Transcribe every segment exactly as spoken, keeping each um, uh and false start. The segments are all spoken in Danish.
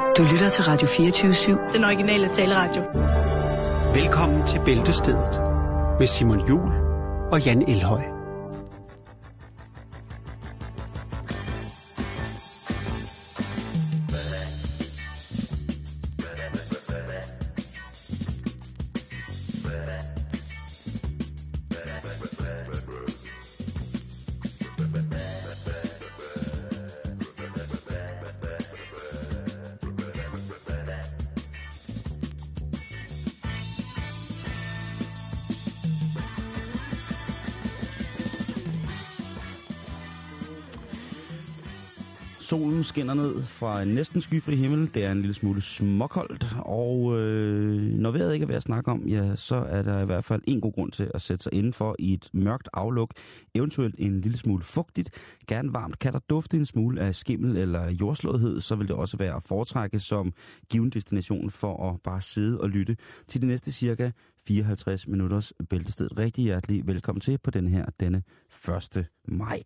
Du lytter til Radio fireogtyve syv. Den originale taleradio. Velkommen til Bæltestedet med Simon Juhl og Jan Elhøj. Solen skinner ned fra en næsten skyfri himmel. Det er en lille smule småkoldt, og øh, når vejret ikke er ved at snakke om, ja, så er der i hvert fald en god grund til at sætte sig indenfor i et mørkt afluk. Eventuelt en lille smule fugtigt. Gerne varmt. Kan der dufte en smule af skimmel eller jordslåethed, så vil det også være at foretrække som given destination for at bare sidde og lytte til de næste cirka fireoghalvtreds minutters Bæltested. Rigtig hjertelig velkommen til på den her, denne første maj.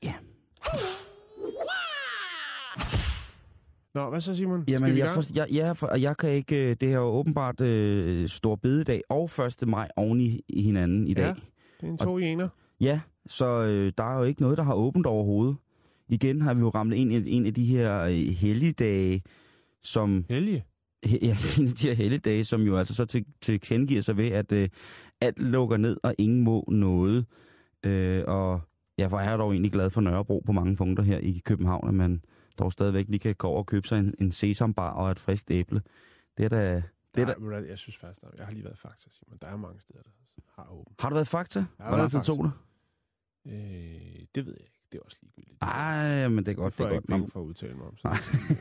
Nå, hvad så, Simon? Jamen, jeg, for, jeg, jeg, for, jeg kan ikke... Det her er jo åbenbart øh, stor bededag og første maj oven i, i hinanden i dag. Ja, det er en to i ener. Ja, så øh, der er jo ikke noget, der har åbent overhovedet. Igen har vi jo ramlet ind i en af de her øh, helligdage, som... Hellige? He, ja, en af de her helligdage, som jo altså så til, tilkendegiver sig ved, at øh, alt lukker ned, og ingen må noget. Øh, og ja, for jeg er dog egentlig glad for Nørrebro på mange punkter her i København, at man dog stadigvæk lige kan gå over og købe sig en, en sesambar og et friskt æble. Det er da... Det er Nej, da... Jeg synes faktisk, der, jeg har lige været i Fakta, Simon. Der er mange steder, der har åbent. Har du været i Fakta? Hvor lang tid tog det? Øh, det ved jeg ikke. Det er også ligegyldigt. Ej, men det er godt. Det, det er godt. Jeg ikke for at udtale mig om. Så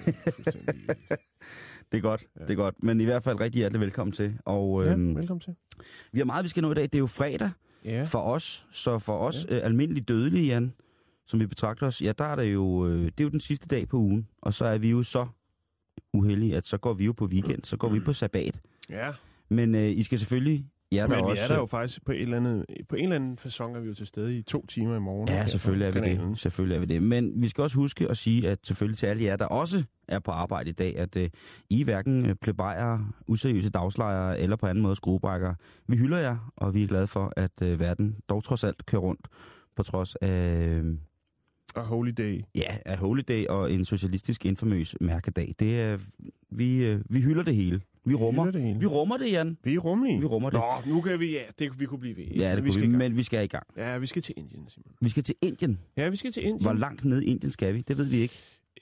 det er godt, ja. Det er godt. Men i hvert fald rigtig hjertelig velkommen til. Og, ja, øhm, velkommen til. Vi har meget, vi skal nå i dag. Det er jo fredag ja. for os. Så for os ja. øh, almindelige dødelige, Jan, som vi betragter os, ja, der er det jo, øh, det er jo den sidste dag på ugen. Og så er vi jo så uheldige, at så går vi jo på weekend. Så går mm. vi på sabbat. Ja. Men øh, I skal selvfølgelig... Ja, Men der vi også, er der jo faktisk på en eller anden, på en eller anden facon er vi jo til stede i to timer i morgen. Ja, selvfølgelig er vi det. Selvfølgelig er vi det. Men vi skal også huske at sige, at selvfølgelig til alle jer, der også er på arbejde i dag, at uh, I hverken uh, plebejere, useriøse dagslejere eller på anden måde skruebrækkere. Vi hylder jer, og vi er glade for, at uh, verden dog trods alt kører rundt på trods af... Uh, og Holiday. Ja, af Holiday og en socialistisk infamøs mærkedag. Det er... Vi, uh, vi hylder det hele. Vi rummer det, hele. Vi rummer det, Jan. Vi er rummelige. Vi rummer det. Nå, nu kan vi, ja, det vi kunne blive ved. Ja, det vi kunne vi, men vi skal i gang. Ja, vi skal til Indien, Simon. Vi skal til Indien? Ja, vi skal til Indien. Hvor langt ned i Indien skal vi? Det ved vi ikke.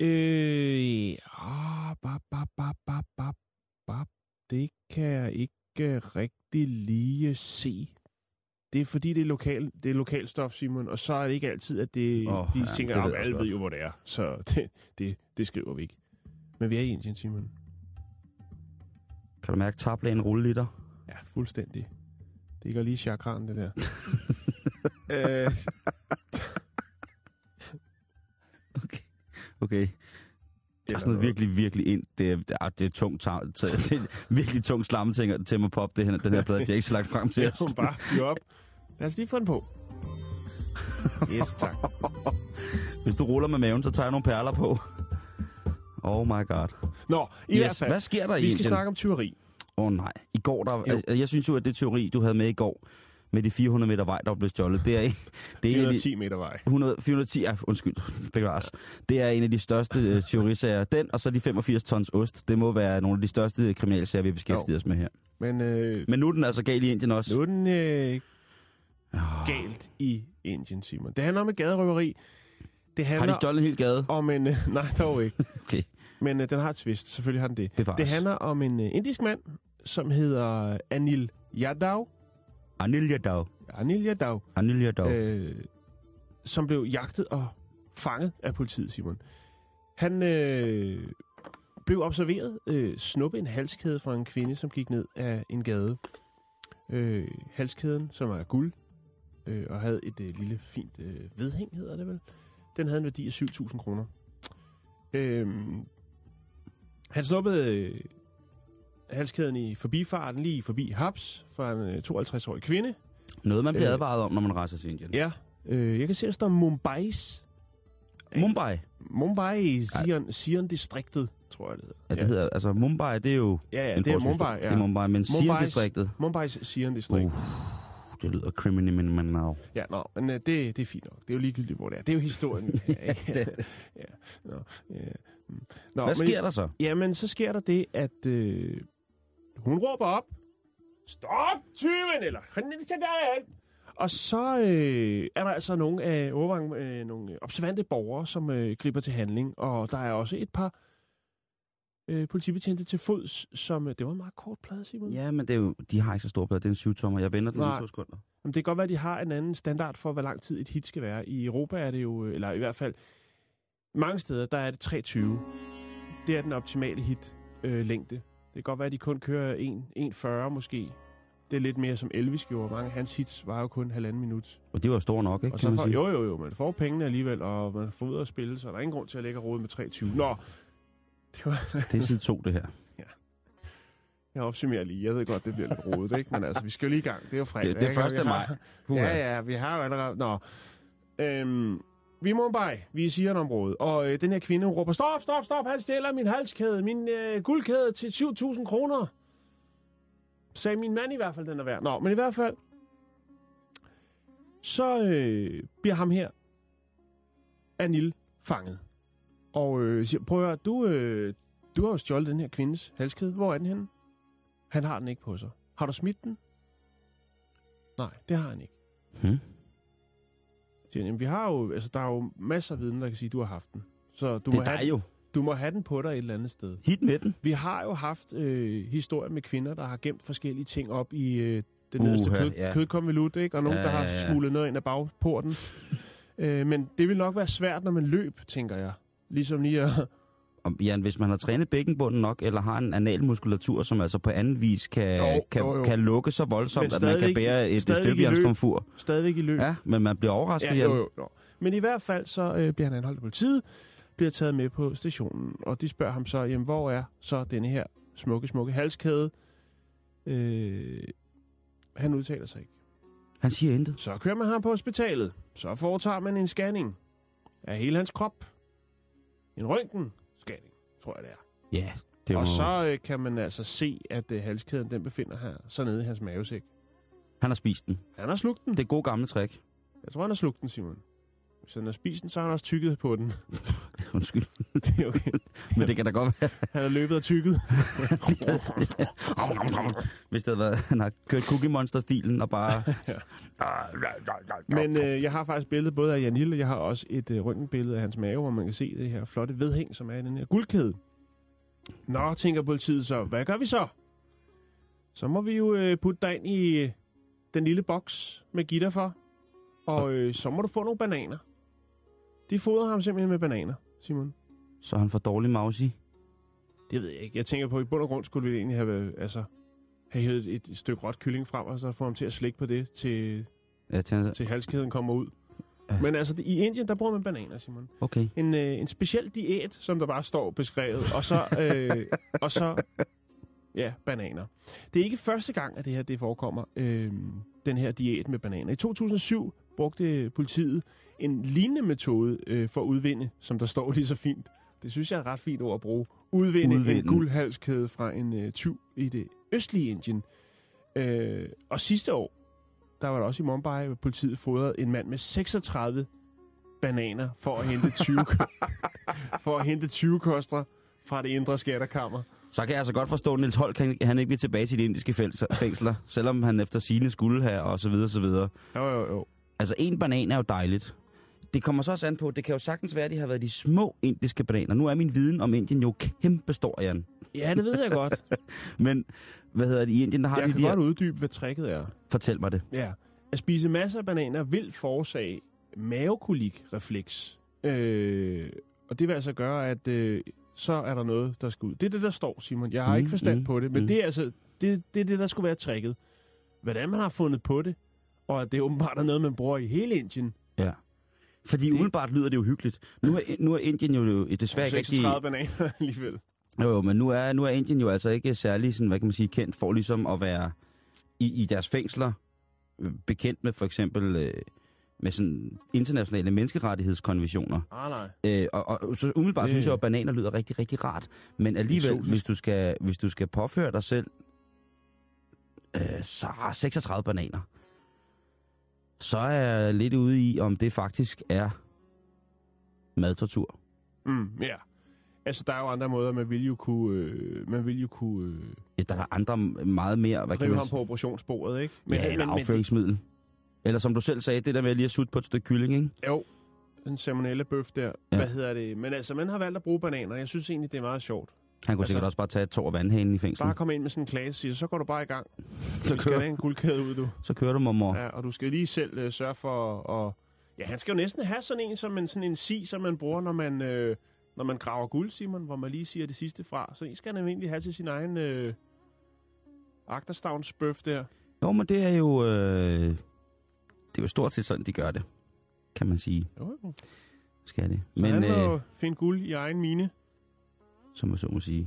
Øh, ah, bap, bap, bap, bap, bap, bap. Det kan jeg ikke rigtig lige se. Det er fordi, det er, lokal, det er lokalstof, Simon, og så er det ikke altid, at det, oh, de ja, tænker, at alle ved jo, hvor det er. Så det, det, det skriver vi ikke. Men vi er i Indien, Simon. Kan du mærke tablagen rulle lidt? Ja, fuldstændig. Det går lige chakran, det der. øh. Okay. Okay. Der er sådan noget virkelig, virkelig ind. Det er, det er, det er tungt, det er virkelig tungt slammeting til mig pop, det her, den her plade, jeg ikke så lagt frem til os. Det er bare fyre op. Lad os lige få den på. Yes, tak. Hvis du ruller med maven, så tager jeg nogle perler på. Oh my god. Nå, i yes. hvert fald. Hvad sker der i Vi skal Indien? snakke om tyveri. Åh oh, nej. I går, der... Altså, jeg synes jo, at det teori, du havde med i går, med de fire hundrede meter vej, der blev stjålet, det er... Det er fire hundrede og ti meter vej. hundrede, fire hundrede og ti, ja, undskyld, bevares. Det er en af de største uh, teorisager. Den, og så de femogfirs tons ost, det må være nogle af de største kriminalsager, vi beskæftiger os med her. Men, øh, Men nu er den altså galt i Indien også. Nu er den øh, oh. galt i Indien, Simon. Det handler om et gaderøveri. Det har de stjålet en hel gade? Om en... Øh, nej, dog ikke. Okay. Men øh, den har et twist. Selvfølgelig har den det. Bevares. Det handler om en øh, indisk mand, som hedder Anil Yadav. Anil Yadav. Anil Yadav. Anil Yadav. Øh, som blev jagtet og fanget af politiet, Simon. Han øh, blev observeret øh, snuppe en halskæde fra en kvinde, som gik ned af en gade. Øh, halskæden, som er guld, øh, og havde et øh, lille fint øh, vedhæng, hedder det vel. Den havde en værdi af syv tusind kroner. Øh, han snuppede øh, halskæden i forbifarten, lige forbi Haps, fra en øh, tooghalvtreds-årig kvinde. Noget, man bliver øh, advaret om, når man rejser til Indien. Ja. Øh, jeg kan se, at der står Mumbai's Mumbai. Mumbai i Sion, Sion-distriktet, tror jeg, det hedder. Ja, det hedder, altså Mumbai, det er jo... Ja, ja, en det er forsøgsord. Mumbai, ja. Det er Mumbai, men Sion-distriktet... Mumbai's Sion-distrikt. Uh, det lyder criminal now. Ja, nå, men uh, det, det er fint nok. Det er jo ligegyldigt, hvor det er. Det er jo historien. ja, ja, nå, ja. Nå, Hvad sker men, der så? Jamen, så sker der det, at øh, hun råber op. Stop, tyven! Eller... Og så øh, er der altså nogle af overvang, øh, nogle observante borgere, som øh, griber til handling. Og der er også et par øh, politibetjente til fods, som... Øh, det var en meget kort plade, Simon. Ja, men det er jo, de har ikke så stor plade. Det er en syv-tommer. Jeg vender den Nej. i to sekunder. Men det kan godt være, at de har en anden standard for, hvor lang tid et hit skal være. I Europa er det jo... Eller i hvert fald... Mange steder, der er det tre tyve. Det er den optimale hit-længde. Øh, det kan godt være, at de kun kører en fyrre måske. Det er lidt mere som Elvis gjorde. Mange af hans hits var jo kun halvanden minut. Og det var stor nok, ikke? Og så får, jo, jo, jo, man får pengene alligevel, og man får ud at spille, så der er ingen grund til at lægge råd med tre tyve. Nå, det var... Det er side to, det her. Ja. Jeg opsummerer lige. Jeg ved godt, det bliver lidt rodet, ikke? Men altså, vi skal jo lige i gang. Det er jo fredag. Det, det er første maj. Ja, ja, vi har jo allerede... Nå. Øhm, vi er Mumbai. Vi er i Sion-området. Og øh, den her kvinde, hun råber, stop, stop, stop, han stjæler min halskæde, min øh, guldkæde til syv tusind kroner. Sagde min mand i hvert fald, den er værd. Nå, men i hvert fald, så øh, bliver ham her, Anil, fanget. Og øh, siger, prøv at høre, du, øh, du har jo stjålet den her kvindes halskæde. Hvor er den henne? Han har den ikke på sig. Har du smidt den? Nej, det har han ikke. Hmm? Siger, jamen, vi har jo, altså, der er jo masser af viden, der kan sige, at du har haft den. Så du Det må er have dig jo. Du må have den på dig et eller andet sted. Hit med den. Vi har jo haft øh, historier med kvinder, der har gemt forskellige ting op i øh, det nederste Uha, kød, ja. kødkonvolut, ikke? Og nogen, Ja, der har ja, ja. smuglet noget ind ad bagporten. øh, men det vil nok være svært, når man løb, tænker jeg. Ligesom lige at... Og, Jan, hvis man har trænet bækkenbunden nok, eller har en analmuskulatur, som altså på anden vis kan, Jo, kan, jo, jo. kan lukke så voldsomt, at man kan stadigvæk- bære et, et stadigvæk stykke i løb. jernskomfur. Stadigvæk i løb. Ja, men man bliver overrasket, Ja, Jan. jo, jo, jo. Men i hvert fald så øh, bliver han anholdt af politiet, bliver taget med på stationen, og de spørger ham så, jamen, hvor er så denne her smukke, smukke halskæde? Øh, han udtaler sig ikke. Han siger intet. Så kører man ham på hospitalet. Så foretager man en scanning af hele hans krop. En røntgen-scanning, tror jeg det er. Ja, det var... Og så øh, kan man altså se, at øh, halskæden den befinder her så nede i hans mavesæk. Han har spist den. Han har slugt den. Det er gode gamle trick. Jeg tror, han har slugt den, Simon. Hvis han har spist den, så har han også tykket på den. Undskyld. Det er okay. Men det kan da godt være. Han har løbet og tykket. Hvis det havde været, han har kørt Cookie Monster-stilen og bare... Men øh, jeg har faktisk billede både af Janil, og jeg har også et øh, røntgenbillede af hans mave, hvor man kan se det her flotte vedhæng, som er i den her guldkæde. Nå, tænker politiet så. Hvad gør vi så? Så må vi jo øh, putte dig ind i øh, den lille boks med gitter for. Og øh, så må du få nogle bananer. De fodrer ham simpelthen med bananer, Simon. Så er han for dårlig mausi. Det ved jeg ikke. Jeg tænker på, at i bund og grund skulle vi egentlig have, altså, have hævet et, et stykke råt kylling frem, og så få ham til at slikke på det, til, Ja, til... til halskæden kommer ud. Ja. Men altså, i Indien, der bruger man bananer, Simon. Okay. En, øh, en speciel diæt, som der bare står beskrevet, og så, øh, og så, ja, bananer. Det er ikke første gang, at det her det forekommer, øh, den her diæt med bananer. I to tusind og syv brugte politiet en lignende metode øh, for at udvinde, som der står lige så fint. Det synes jeg er et ret fint ord at bruge. Udvinde, udvinde. en guldhalskæde fra en øh, tyv i det østlige Indien. Øh, og sidste år, der var der også i Mumbai, hvor politiet fodrede en mand med seksogtredive bananer for at hente tyve, for at hente tyve kostre fra det indre skatterkammer. Så kan jeg altså godt forstå, at Niels Holk kan han ikke vil tilbage til de indiske fængsler, selvom han efter sigende skulle have, og så videre, så videre. Jo, jo, jo. Altså, en banan er jo dejligt. Det kommer så også an på, det kan jo sagtens være, at de har været de små indiske bananer. Nu er min viden om Indien jo kæmpe stor, Jan. Ja, det ved jeg godt. Men, hvad hedder det, i Indien, der har jeg de kan de godt her... uddybe, hvad tricket er. Fortæl mig det. Ja. At spise masser af bananer vil forårsage mavekolik-refleks. Øh, og det vil altså gøre, at øh, så er der noget, der skal ud. Det er det, der står, Simon. Jeg har mm, ikke forstand mm, på det, men mm. det er altså det, det er det, der skulle være tricket. Hvordan man har fundet på det, og at det åbenbart er noget, man bruger i hele Indien. Ja. Fordi det... umiddelbart lyder det jo hyggeligt. Nu er, nu er Indien jo desværre ikke rigtig... seksogtredive bananer alligevel. Jo, jo, men nu er, nu er Indien jo altså ikke særlig, sådan, hvad kan man sige, kendt for ligesom at være i, i deres fængsler bekendt med for eksempel øh, med sådan internationale menneskerettighedskonventioner. Ah, nej. Øh, og, og så umiddelbart Det- synes jeg, at bananer lyder rigtig, rigtig rart. Men alligevel, Eksotisk. hvis du, skal, hvis du skal påføre dig selv øh, så seksogtredive bananer, så er jeg lidt ude i, om det faktisk er madtortur. Mm, ja. Altså, der er jo andre måder, man vil jo kunne... Øh, man vil jo kunne øh, Ja, der er andre meget mere, hvad kan rive man ham på operationsbordet, ikke? Men, ja, eller afføringsmiddel. Eller som du selv sagde, det der med lige at sutte på et stykke kylling, ikke? Jo, en salmonella-bøf der. Ja. Hvad hedder det? Men altså, man har valgt at bruge bananer. Jeg synes egentlig, det er meget sjovt. Han kunne Altså- sikkert også bare tage et tår af vandhanen i fængslet. Bare komme ind med sådan en klage og sige, så går du bare i gang. Så Så skal kører, have en guldkæde ud, du. så kører du, mormor. Ja, og du skal lige selv øh, sørge for at... Ja, han skal jo næsten have sådan en, som en, sådan en si, som man bruger, når man, øh, når man graver guld, Simon, hvor man lige siger det sidste fra. Så en skal han egentlig have til sin egen øh, agterstavnsbøf der. Jo, men det er jo... Øh, det er jo stort set sådan, de gør det, kan man sige. Jo, jo. Skal det. Så Men, han må øh, finde guld i egen mine. som man så må sige.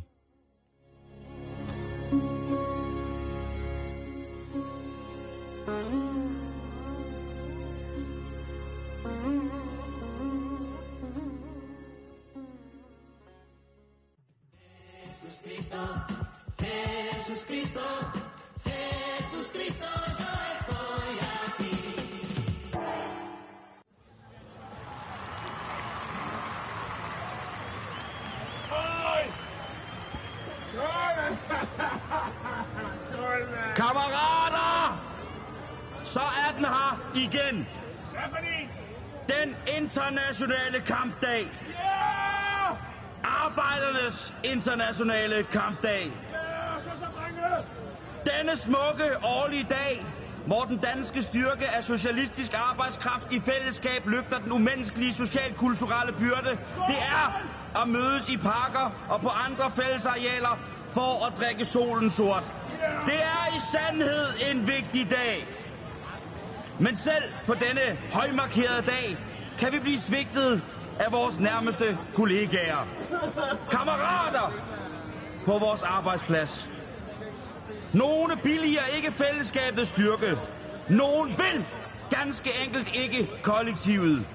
Kammerater! Så er den her igen. Hvad for en? Den internationale kampdag. Ja! Arbejdernes internationale kampdag. Ja, så så, drenge! Denne smukke årlige dag, hvor den danske styrke af socialistisk arbejdskraft i fællesskab løfter den umenneskelige socialkulturelle byrde, det er at mødes i parker og på andre fællesarealer for at drikke solen sort. Det er i sandhed en vigtig dag. Men selv på denne højmarkerede dag kan vi blive svigtet af vores nærmeste kollegaer. Kammerater på vores arbejdsplads. Nogle billiger ikke fællesskabets styrke. Nogle vil ganske enkelt ikke kollektivet.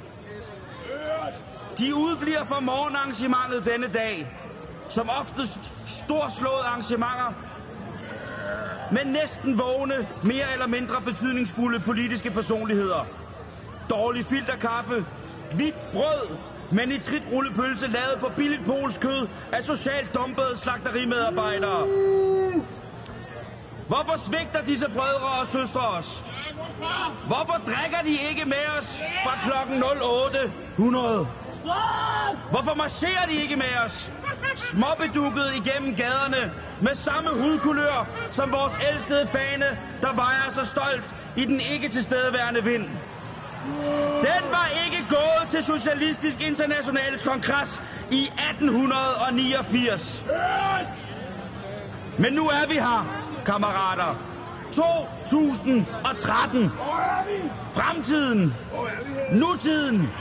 De udbliver fra morgenarrangementet denne dag. Som oftest storslåede arrangementer, men næsten vågne, mere eller mindre betydningsfulde politiske personligheder. Dårlig filterkaffe, hvidt brød, men i tritrullepølse lavet på billigt polsk kød af socialt dumpede slagterimedarbejdere. Hvorfor svigter disse brødre og søstre os? Hvorfor drikker de ikke med os fra klokken otte hundrede? Hvorfor marcherer de ikke med os? Småbedukket igennem gaderne med samme hudkulør som vores elskede fane, der vejer så stolt i den ikke tilstedeværende vind. Den var ikke gået til Socialistisk Internationales kongres i atten niogfirs. Men nu er vi her, kammerater. to tusind og tretten. Fremtiden. Nutiden.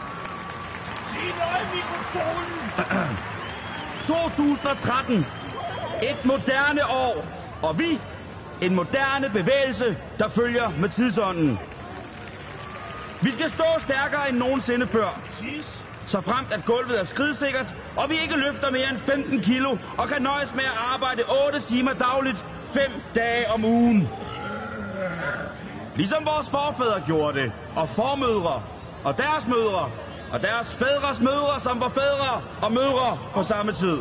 to tusind og tretten. Et moderne år. Og vi, en moderne bevægelse, der følger med tidsånden. Vi skal stå stærkere end nogensinde før. Så fremt at gulvet er skridsikkert, og vi ikke løfter mere end femten kilo, og kan nøjes med at arbejde otte timer dagligt, fem dage om ugen. Ligesom vores forfædre gjorde det, og formødre, og deres mødre, og deres fædres mødre, som var fædre og mødre på samme tid.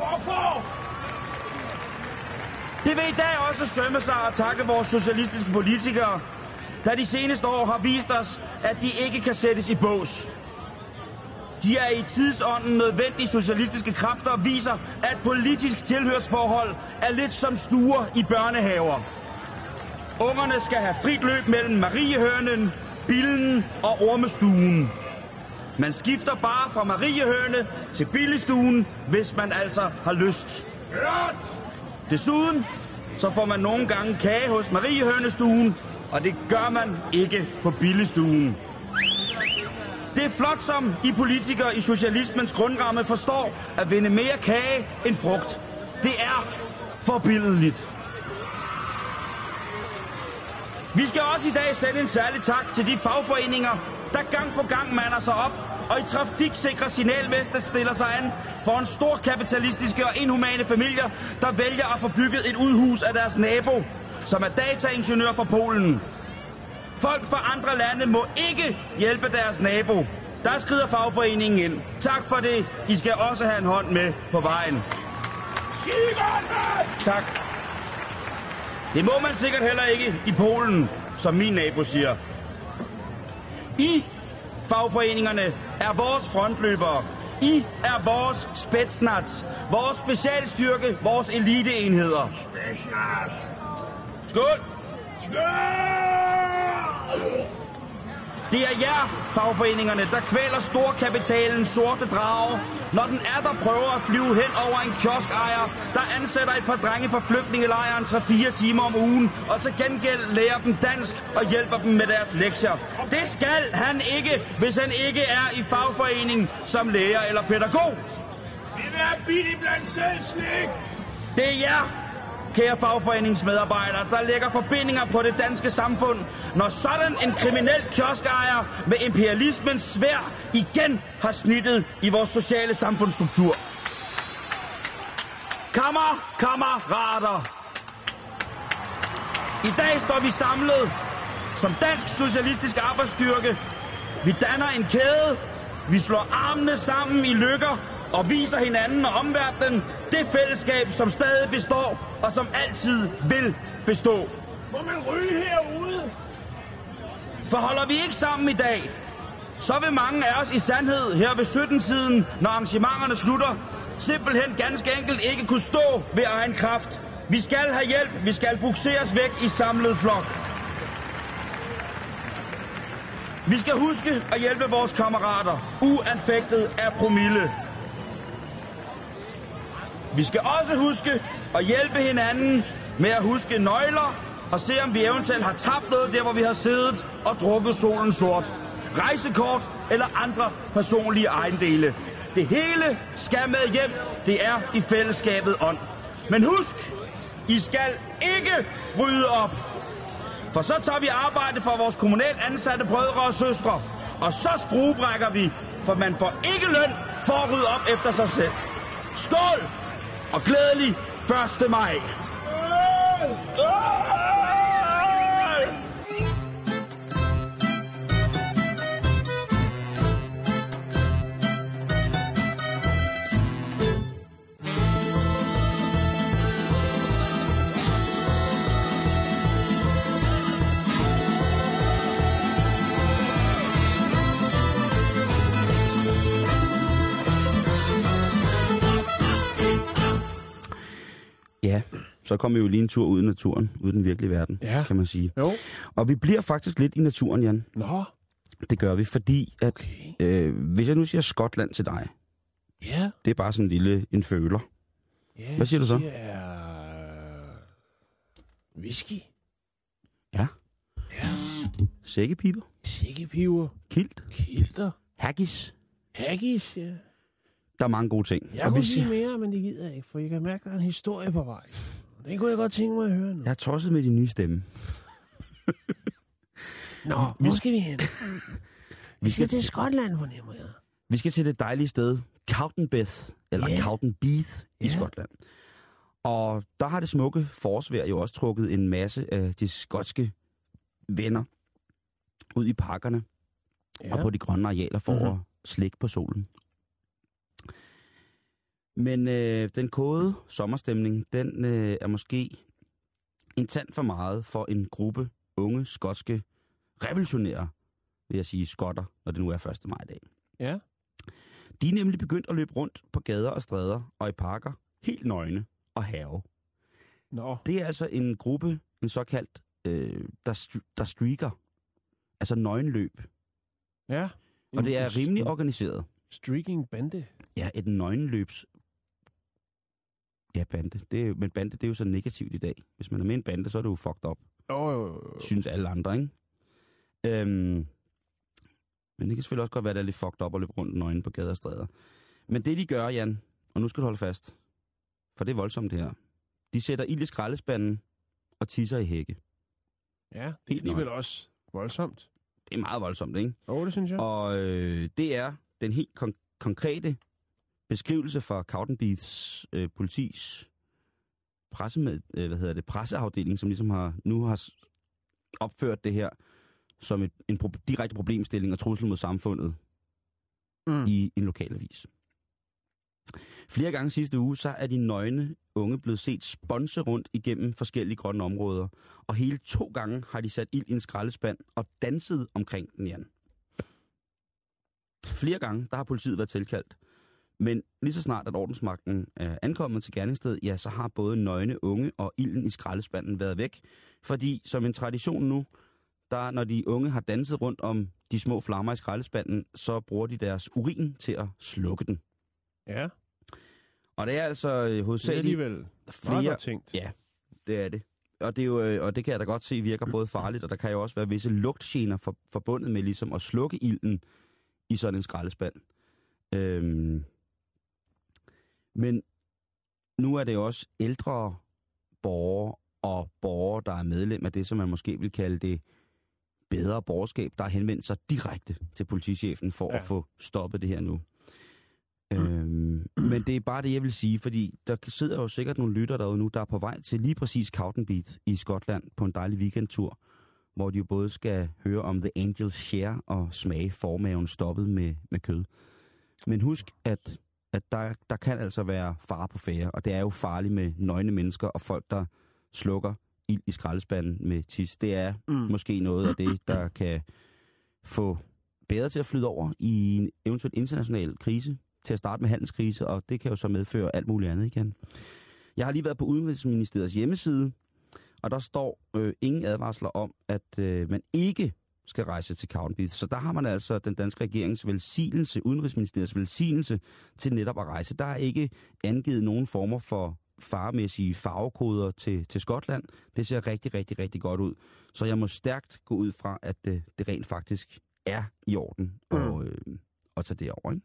Det vil i dag også sømme sig at takke vores socialistiske politikere, der de seneste år har vist os, at de ikke kan sættes i bås. De er i tidsånden nødvendige socialistiske kræfter og viser, at politisk tilhørsforhold er lidt som stuer i børnehaver. Ungerne skal have frit løb mellem Mariehønen, Billen og Ormestuen. Man skifter bare fra Mariehøne til Billigstuen, hvis man altså har lyst. Desuden så får man nogle gange kage hos Mariehønestuen, og det gør man ikke på Billigstuen. Det er flot, som I politikere i socialismens grundramme forstår at vinde mere kage end frugt. Det er forbilledligt. Vi skal også i dag sende en særlig tak til de fagforeninger, der gang på gang mander sig op og i trafiksikre signalveste stiller sig an for en stor kapitalistiske og inhumane familier, der vælger at få bygget et udhus af deres nabo, som er dataingeniør fra Polen. Folk fra andre lande må ikke hjælpe deres nabo. Der skrider fagforeningen ind. Tak for det. I skal også have en hånd med på vejen. Tak. Det må man sikkert heller ikke i Polen, som min nabo siger. I, fagforeningerne, er vores frontløbere. I er vores Spetsnaz, vores specialstyrke, vores eliteenheder. Skål! Skål! Det er jer, fagforeningerne, der kvæler storkapitalens sorte drage, når den er der prøver at flyve hen over en kioskejer, der ansætter et par drenge fra flygtningelejren tre fire timer om ugen, og til gengæld lærer dem dansk og hjælper dem med deres lektier. Det skal han ikke, hvis han ikke er i fagforening som lærer eller pædagog. Det er billigt blandt selv slik. Det er jer, kære fagforeningsmedarbejdere, der lægger forbindinger på det danske samfund, når sådan en kriminel kioskejer med imperialismens sværd igen har snittet i vores sociale samfundsstruktur. Kammer, kammerater. I dag står vi samlet som dansk socialistisk arbejdsstyrke. Vi danner en kæde. Vi slår armene sammen i lykker og viser hinanden og omverdenen det fællesskab, som stadig består og som altid vil bestå. Må man ryge herude? Forholder vi ikke sammen i dag, så vil mange af os i sandhed her ved sytten-tiden, når arrangementerne slutter, simpelthen ganske enkelt ikke kunne stå ved egen kraft. Vi skal have hjælp, vi skal bukseres væk i samlet flok. Vi skal huske at hjælpe vores kammerater, uanfægtet af promille. Vi skal også huske at hjælpe hinanden med at huske nøgler og se, om vi eventuelt har tabt noget der, hvor vi har siddet og drukket solen sort. Rejsekort eller andre personlige ejendele. Det hele skal med hjem. Det er i fællesskabet ånd. Men husk, I skal ikke rydde op. For så tager vi arbejde for vores kommunalt ansatte brødre og søstre. Og så skruebrækker vi, for man får ikke løn for at rydde op efter sig selv. Skål! Og glædelig første maj. Ja, så kommer vi jo lige en tur ud i naturen, ud i den virkelige verden, ja. Kan man sige. Jo. Og vi bliver faktisk lidt i naturen, Jan. Nå. Det gør vi, fordi at, Okay. øh, hvis jeg nu siger Skotland til dig, Ja. det er bare sådan en lille en føler. Ja, Hvad siger du så? Siger jeg... Whisky. Ja. Ja. Sækkepiber. Sækkepiver. Kilt. Kilter. Haggis. Haggis, ja. Der er mange gode ting. Jeg og kunne vi sige mere, men det gider jeg ikke, for jeg kan mærke, at der er en historie på vej. Den kunne jeg godt tænke mig at høre nu. Jeg er tosset med din nye stemme. Nå, hvor skal vi hen? Vi skal til Skotland, fornemmer jeg. Vi skal til det dejlige sted, Cowdenbeath, eller Ja. Cowdenbeath i Ja. Skotland. Og der har det smukke forårsvejr jo også trukket en masse af de skotske venner ud i parkerne ja. og på de grønne arealer for mm-hmm. at slikke på solen. Men øh, den kode sommerstemning, den øh, er måske en tand for meget for en gruppe unge skotske revolutionære, vil jeg sige, skotter, når det nu er første maj dag. Ja. De er nemlig begyndt at løbe rundt på gader og stræder og i parker, helt nøgne og have. Nå. Det er altså en gruppe, en såkaldt, øh, der, st- der streaker, altså nøgenløb. Ja. Og det er En- rimelig organiseret. Streaking bande. Ja, et nøgenløbs... Ja, bande. Det er, men bande, det er jo så negativt i dag. Hvis man er med i en bande, så er det jo fucked up. Jo, jo, jo. Synes alle andre, ikke? Øhm, men det kan selvfølgelig også godt være, at det er lidt fucked up at løbe rundt nøgen på gader og stræder. Men det de gør, Jan, og nu skal du holde fast, for det er voldsomt det her. De sætter ild i skraldespanden og tisser i hække. Ja, det er Helt alligevel nøgen. også voldsomt. Det er meget voldsomt, ikke? Åh, oh, det synes jeg. Og øh, det er den helt kon- konkrete beskrivelse fra Cowdenbeaths øh, politis pressemed, øh, hvad hedder det, presseafdeling, som ligesom har nu har s- opført det her som et, en pro- direkte problemstilling og trussel mod samfundet Mm. i en lokalavis. Flere gange sidste uge, så er de nøgne unge blevet set sponse rundt igennem forskellige grønne områder, og hele to gange har de sat ild i en skraldespand og danset omkring den, Jan. Flere gange, der har politiet været tilkaldt. Men lige så snart, at ordensmagten er ankommet til gerningsstedet, ja, så har både nøgne unge og ilden i skraldespanden været væk. Fordi som en tradition nu, der når de unge har danset rundt om de små flammer i skraldespanden, så bruger de deres urin til at slukke den. Ja, Og det er altså øh, det er hovedsageligt alligevel meget flere... godt tænkt. Ja, det er det. Og det, er jo, øh, og det kan jeg da godt se virker både farligt, og der kan jo også være visse lugtgener for, forbundet med ligesom at slukke ilden i sådan en skraldespand. Øhm, men nu er det jo også ældre borgere og borgere, der er medlem af det, som man måske vil kalde det bedre borgerskab, der har henvendt sig direkte til politichefen for ja. at få stoppet det her nu. Mm. Øhm, men det er bare det, jeg vil sige, fordi der sidder jo sikkert nogle lytter derude nu, der er på vej til lige præcis Cowdenbeath i Skotland på en dejlig weekendtur, hvor de jo både skal høre om The Angel's Share og smage formaven stoppet med, med kød. Men husk, at, at der, der kan altså være fare på færde, og det er jo farligt med nøgne mennesker og folk, der slukker ild i skraldespanden med tis. Det er mm. måske noget af det, der kan få bedre til at flyde over i en eventuel international krise, til at starte med handelskrise, og det kan jo så medføre alt muligt andet igen. Jeg har lige været på Udenrigsministeriets hjemmeside, og der står øh, ingen advarsler om, at øh, man ikke skal rejse til Cowdenbeath. Så der har man altså den danske regerings velsignelse, Udenrigsministeriets velsignelse til netop at rejse. Der er ikke angivet nogen former for faremæssige farvekoder til, til Skotland. Det ser rigtig, rigtig, rigtig godt ud. Så jeg må stærkt gå ud fra, at øh, det rent faktisk er i orden og, øh, at tage det over, ikke?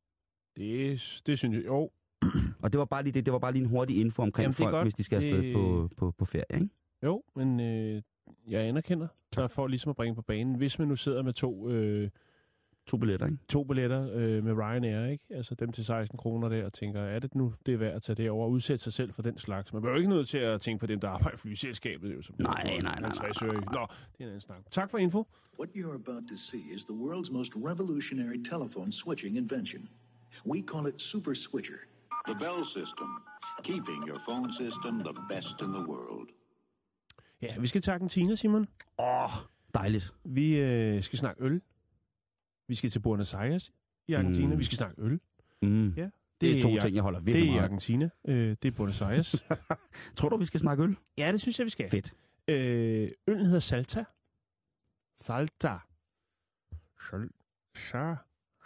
Det, det synes jeg, jo. Og det var bare lige det, det var bare lige en hurtig info omkring Jamen, folk, godt. hvis de skal afsted det... på, på, på ferie, ikke? Jo, men øh, jeg anerkender, der får ligesom at bringe på banen. Hvis man nu sidder med to, øh, To billetter, ikke? to billetter øh, med Ryanair, ikke? Altså dem til seksten kroner der, og tænker, er det nu det er værd at tage det over og udsætte sig selv for den slags? Man behøver ikke nødt til at tænke på dem, der arbejder i flyselskabet. Jo, som Nej, nej, nej, nej, nej. Nå, det er en anden snak. Tak for info. What you're about to see is the world's most revolutionary telephone switching invention. We call it Super Switcher. The Bell System, keeping your phone system the best in the world. Ja, vi skal til Argentina, Simon. Åh, oh, dejligt. Vi øh, skal snakke øl. Vi skal til Buenos Aires i Argentina. Mm. Vi skal snakke øl. Mm. Ja, Det, det er to i, ting, jeg holder Det virkelig er i meget. Argentina. Øh, det er Buenos Aires. Tror du, vi skal snakke øl? Ja, det synes jeg, vi skal. Fedt. Øh, øllen hedder Salta. Salta. Salta.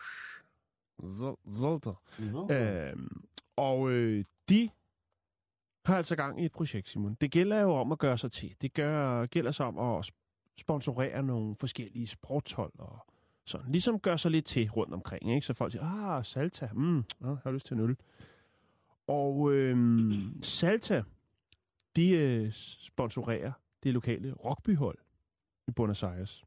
Salta. Øh, og øh, de har altså gang i et projekt, Simon. Det gælder jo om at gøre sig til. Det gør, gælder sig om at sponsorere nogle forskellige sportshold og sådan. Ligesom gør sig lidt til rundt omkring, ikke? Så folk siger, ah, Salta, mm, ja, jeg har lyst til en øl. Og øh, Salta, de øh, sponsorerer det lokale rugbyhold i Buenos Aires.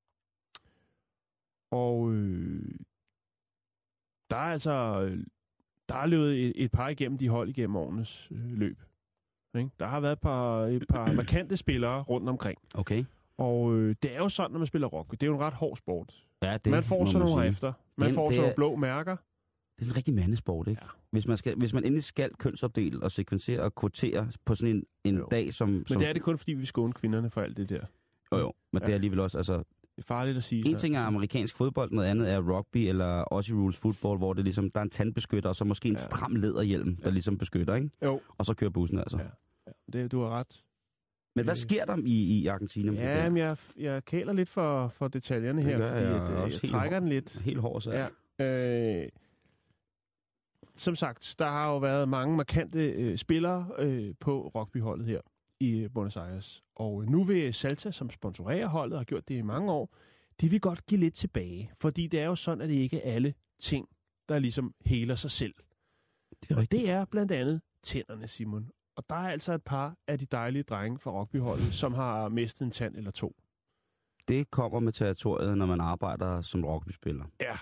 Og øh, der er altså der er løbet et, et par igennem de hold igennem årenes øh, løb. Ikke? Der har været et par, et par markante spillere rundt omkring. Okay. Og øh, det er jo sådan, når man spiller rugby. Det er jo en ret hård sport. Ja, det Man får må sådan nogle sige. efter. Man Den- får det sådan er- nogle blå mærker. Det er sådan en rigtig mandesport, ikke? Ja. Hvis man, skal, hvis man endelig skal kønsopdele og sekvensere og kvotere på sådan en, en Jo. dag, som... Men som det er det kun, fordi vi skåner kvinderne for alt det der. Jo, jo. Men Ja. det er alligevel også... Altså, Det er farligt at sige. en så. ting er amerikansk fodbold, noget andet er rugby eller Aussie Rules football, hvor det ligesom, der er en tandbeskytter, og så måske en Ja. stram læderhjelm, der Ja. ligesom beskytter, ikke? Jo, Og så kører bussen altså. Ja. ja. Det, du har ret. Men hvad Øh. sker der i, i Argentina? med det Ja, der? men jeg, jeg kæler lidt for, for detaljerne her, Det gør fordi jeg at, øh, også jeg helt trækker hård. den lidt. Helt hårdt så. Ja. Øh, som sagt, der har jo været mange markante øh, spillere øh, på rugbyholdet her i øh, Buenos Aires. Og nu vil Salta, som sponsorerer holdet, og har gjort det i mange år, de vil godt give lidt tilbage. Fordi det er jo sådan, at det ikke er alle ting, der ligesom heler sig selv. Det er Og rigtigt. det er blandt andet tænderne, Simon. Og der er altså et par af de dejlige drenge fra rugbyholdet, som har mistet en tand eller to. Det kommer med territoriet, når man arbejder som rugbyspiller. Ja.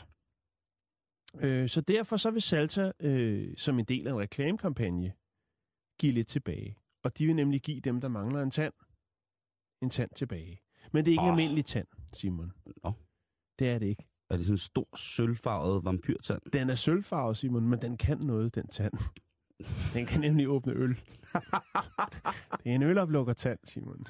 Øh, så derfor så vil Salta, øh, som en del af en reklamekampagne, give lidt tilbage. Og de vil nemlig give dem, der mangler en tand, en tand tilbage. Men det er ikke oh. en almindelig tand, Simon. Nå. Det er det ikke. Er det sådan en stor, sølvfarvet vampyrtand? Den er sølvfarvet, Simon, men den kan noget, den tand. Den kan nemlig åbne øl. Det er en øloplukker-tand, Simon.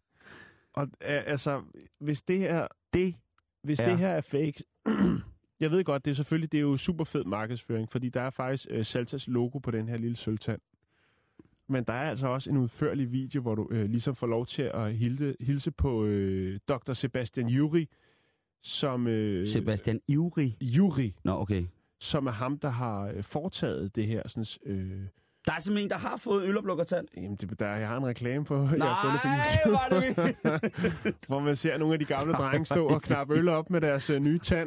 Og altså, hvis det her, det hvis er... det her er fake... Jeg ved godt, det er selvfølgelig det er jo super fed markedsføring, fordi der er faktisk uh, Saltas logo på den her lille sølvtand. Men der er altså også en udførlig video, hvor du uh, ligesom får lov til at hilde, hilse på uh, doktor Sebastian Jury, som... Uh, Sebastian Jury? Jury. Nå, okay. Som er ham, der har uh, foretaget det her sådan... Uh, Der er simpelthen en, der har fået øloplukker-tand. Jamen, det, der, jeg har en reklame på. Nej, jeg var det hvor man ser nogle af de gamle drenge stå og knappe øl op med deres uh, nye tand.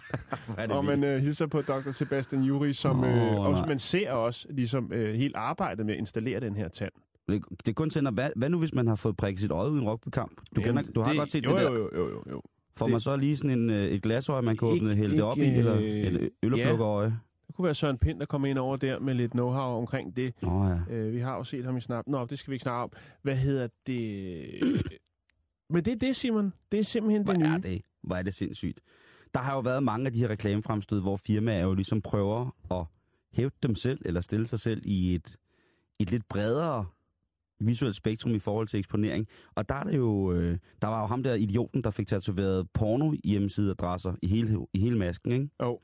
Og man uh, hilser på doktor Sebastian Jury, som oh, uh, også, man ser også ligesom uh, helt arbejdet med at installere den her tand. Det, det er kun tænder, hvad, hvad nu hvis man har fået prikket sit øje ud i en rugbykamp? Du, Jamen, kender, du har det, godt set jo, det der. Jo, jo, jo, jo. Får det, man så lige sådan en, et glasøje, man kan åbne, hælde det op i, øh, eller et øloplukker-øje? Ja. Det kunne være Søren Pind, der kommer ind over der med lidt know-how omkring det. Oh, ja. øh, vi har jo set ham i snart. Nå, det skal vi ikke snakke om. Hvad hedder det? Men det er det, Simon. Det er simpelthen Hvor det nye. Er det? Hvor er det sindssygt. Der har jo været mange af de her reklamefremstød, hvor firmaer jo ligesom prøver at hæve dem selv, eller stille sig selv i et, et lidt bredere visuelt spektrum i forhold til eksponering. Og der er det jo, øh, der var jo ham der idioten, der fik tatoveret porno hjemmesideadresser i hele, i hele masken, ikke? Jo.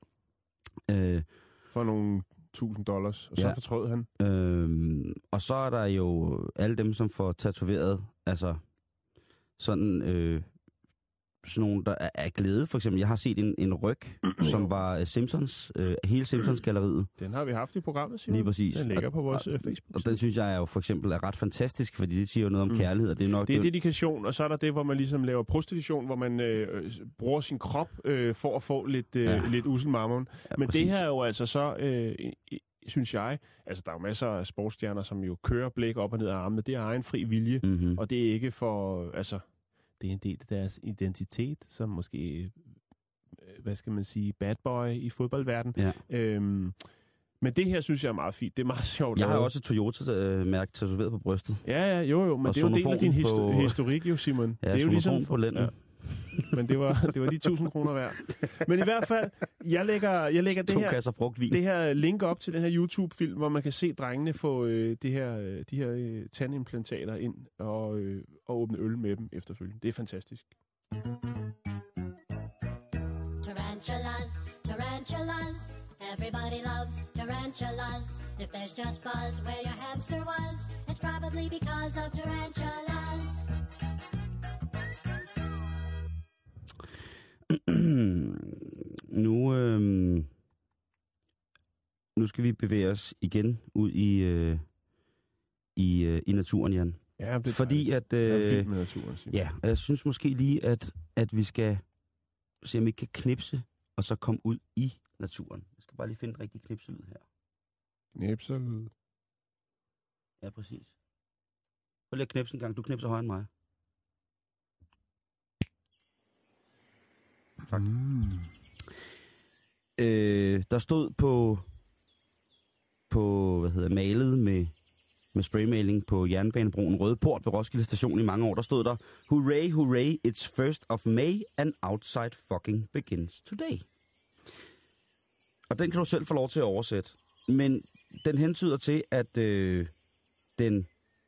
Øh, For nogle tusind dollars, og så ja. fortrød han. Øh, og så er der jo alle dem, som får tatoveret, altså sådan... Øh, sådan nogle, der er, er glæde. For eksempel, jeg har set en, en ryg, som var Simpsons, øh, hele Simpsons-galleriet. Den har vi haft i programmet, Simon. Lige præcis. Den ligger på vores og, uh, Facebook. Og den synes jeg er jo for eksempel er ret fantastisk, fordi det siger jo noget om mm. kærlighed. Og det er, nok det er dedikation, og så er der det, hvor man ligesom laver prostitution, hvor man øh, bruger sin krop øh, for at få lidt, øh, ja. lidt usel mammon. Ja, Men præcis. Det her er jo altså så... Øh, synes jeg, altså der er jo masser af sportsstjerner, som jo kører blik op og ned af armene. Det er egen fri vilje, mm-hmm. og det er ikke for... altså det er en del af deres identitet, som måske, hvad skal man sige, bad boy i fodboldverdenen. Ja. Øhm, men det her synes jeg er meget fint. Det er meget sjovt. Jeg har jo også et Toyota-mærke tatoveret på brystet. Ja, ja, jo, jo, men og det er jo en del af din histo- på... historik jo, Simon. Ja, det er jo ligesom på lænden. Ja. Men det var, det var de tusind kroner værd. Men i hvert fald, jeg lægger, jeg lægger det, her, det her link op til den her YouTube-film, hvor man kan se drengene få øh, det her, øh, de her øh, tandimplantater ind og, øh, og åbne øl med dem efterfølgende. Det er fantastisk. Tarantulas, tarantulas, everybody loves tarantulas. If there's just buzz where your hamster was, it's probably because of tarantulas. nu, øh, nu skal vi bevæge os igen ud i, øh, i, øh, i naturen, Jan. Ja, det er fordi at øh, med naturen, ja, jeg synes måske lige at at vi skal se om vi kan knipse og så komme ud i naturen. Jeg skal bare lige finde en rigtig knipselyd her. Knipselyd. Ja, præcis. Prøv lige at knipse en gang. Du knipser højere end mig. Tak. Mm. Øh, der stod på på hvad hedder malet med med spraymaling på jernbanebroen Røde Port ved Roskilde Station i mange år. Der stod der: Hooray, hooray, it's first of May and outside fucking begins today. Og den kan du selv få lov til at oversætte. Men den hentyder til, at øh, den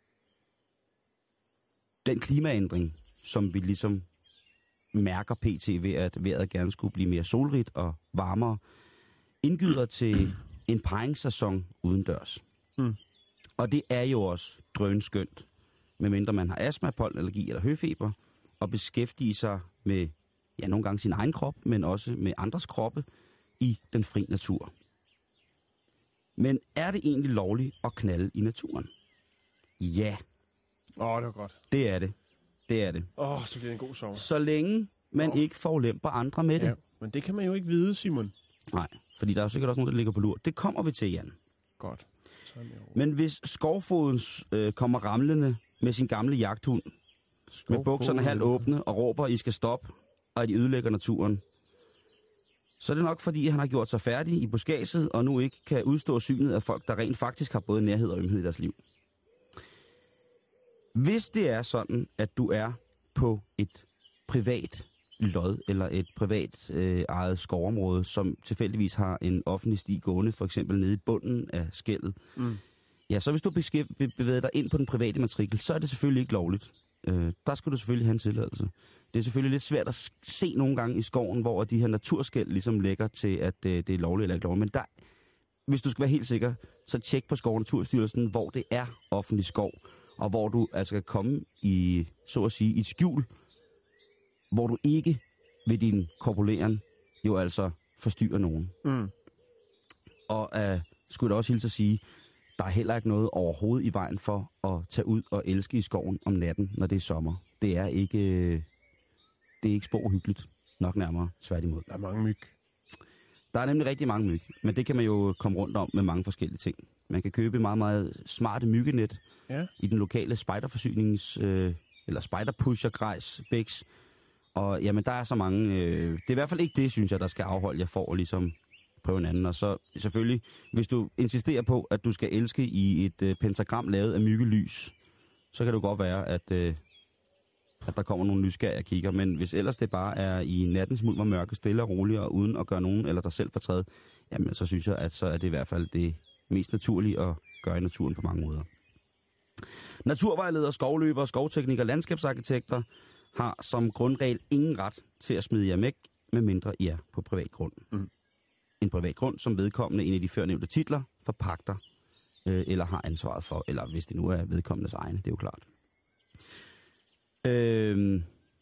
den klimaændring, som vi ligesom mærker pt. Ved, at vejret gerne skulle blive mere solrigt og varmere, indgyder til en parringssæson udendørs. Mm. Og det er jo også drønskønt, medmindre man har astma, pollenallergi eller høfeber, og beskæftige sig med, ja, nogle gange sin egen krop, men også med andres kroppe i den fri natur. Men er det egentlig lovligt at knalde i naturen? Ja. Åh, oh, det var godt. Det er det. Det er det. Åh, oh, så bliver det en god sovs. Så længe man oh. ikke forulemper andre med det. Ja, men det kan man jo ikke vide, Simon. Nej, fordi der er jo sikkert også nogen, der ligger på lur. Det kommer vi til, Jan. Godt. Men hvis skovfoden øh, kommer ramlende med sin gamle jagthund, Skovfoden. med bukserne halvt åbne og råber, I skal stoppe, og at I ødelægger naturen, så er det nok fordi, han har gjort sig færdig i buskadset, og nu ikke kan udstå synet af folk, der rent faktisk har både nærhed og ømhed i deres liv. Hvis det er sådan, at du er på et privat lod, eller et privat øh, eget skovområde, som tilfældigvis har en offentlig sti gående, for eksempel nede i bunden af skellet, mm. ja, så hvis du be- bevæger dig ind på den private matrikel, så er det selvfølgelig ikke lovligt. Øh, der skal du selvfølgelig have en tilladelse. Det er selvfølgelig lidt svært at se nogle gange i skoven, hvor de her naturskel ligesom lægger til, at øh, det er lovligt eller ikke lovligt. Men der, hvis du skal være helt sikker, så tjek på Skov- og Naturstyrelsen, hvor det er offentlig skov, og hvor du altså kan komme i, så at sige, i et skjul, hvor du ikke ved din korpuleren jo altså forstyrrer nogen. Mm. Og uh, skulle jeg også hilse at sige, der er heller ikke noget overhovedet i vejen for at tage ud og elske i skoven om natten, når det er sommer. Det er ikke, det er ikke spor hyggeligt. Nok nærmere tværtimod. Der er mange myg. Der er nemlig rigtig mange myg, men det kan man jo komme rundt om med mange forskellige ting. Man kan købe meget, meget smarte myggenet ja. i den lokale spejderforsynings, øh, eller spejderpusher-grejs, bæks. Og jamen, der er så mange... Øh, det er i hvert fald ikke det, synes jeg, der skal afholde jer for at ligesom prøve en anden. Og så selvfølgelig, hvis du insisterer på, at du skal elske i et øh, pentagram lavet af myggelys, så kan det godt være, at, øh, at der kommer nogle nysgerrige og kigger. Men hvis ellers det bare er i nattens mulm mørke, stille og roligt, og uden at gøre nogen eller dig selv fortræde, jamen så synes jeg, at så er det i hvert fald det mest naturlige at gøre i naturen på mange måder. Naturvejledere, skovløbere, skovteknikere, landskabsarkitekter har som grundregel ingen ret til at smide jer væk, medmindre I er på privat grund. Mm. En privat grund, som vedkommende en af de førnævnte titler forpagter øh, eller har ansvaret for, eller hvis det nu er vedkommendes egne, det er jo klart. Øh,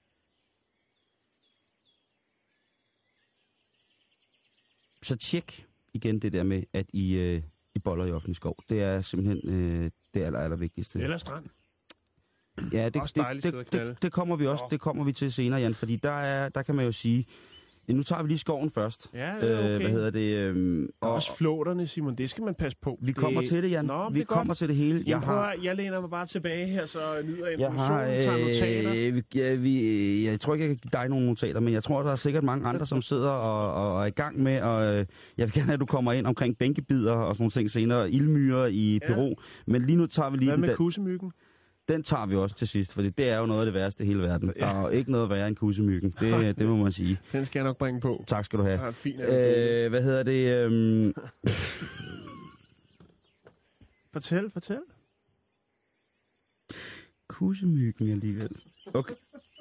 så tjek igen det der med, at I, øh, I boller i offentlig skov. Det er simpelthen øh, det aller, aller vigtigste. Eller strand. Ja, det, det, det, det, det kommer vi også, oh. det kommer vi til senere, Jan, fordi der, er, der kan man jo sige, ja, nu tager vi lige skoven først. Ja, det er okay. Øh, hvad hedder det? Øhm, og også flåterne, Simon, det skal man passe på. Vi kommer det... til det, Jan. Nå, vi det kommer godt. til det hele. Jeg, jeg, har... jeg læner mig bare tilbage her, så nyder jeg informationen, jeg har, øh, tager notater. Vi, ja, vi, jeg tror ikke, jeg kan give dig nogle notater, men jeg tror, der er sikkert mange andre, som sidder og, og, og er i gang med, og øh, jeg vil gerne have, at du kommer ind omkring bænkebider og sådan nogle ting senere, ildmyrer i ja. Peru. Men lige nu tager vi lige... Hvad med den, kussemyggen? Den tager vi også til sidst, for det er jo noget af det værste i hele verden. Ja. Der er jo ikke noget værre end kussemyggen. Det, det må man sige. Den skal jeg nok bringe på. Tak skal du have. Jeg har et fint øh, hvad hedder det? Øhm... fortæl, fortæl. Kussemyggen alligevel. Okay.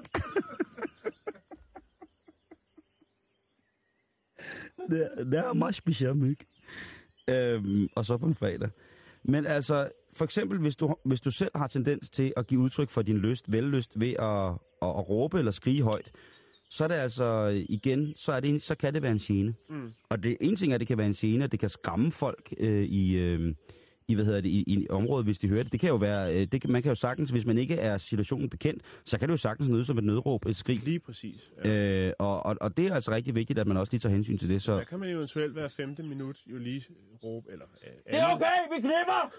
det, er, det er meget specielt myg. Øhm, og så på en fredag. Men altså, for eksempel, hvis du, hvis du selv har tendens til at give udtryk for din lyst, vellyst ved at, at, at råbe eller skrige højt, så er det altså, igen, så, er det, så kan det være en gene. Mm. Og det ene ting er, at det kan være en gene, og det kan skræmme folk øh, i, øh, i, hvad hedder det, i, i området, hvis de hører det. Det kan jo være, øh, det kan, man kan jo sagtens, hvis man ikke er situationen bekendt, så kan det jo sagtens nøde som et nødråb, et skrig. Lige præcis. Ja. Øh, og, og, og det er altså rigtig vigtigt, at man også lige tager hensyn til det. Så... Der kan man eventuelt hver femte minut jo lige råbe, eller... Øh, det er okay, vi knipper!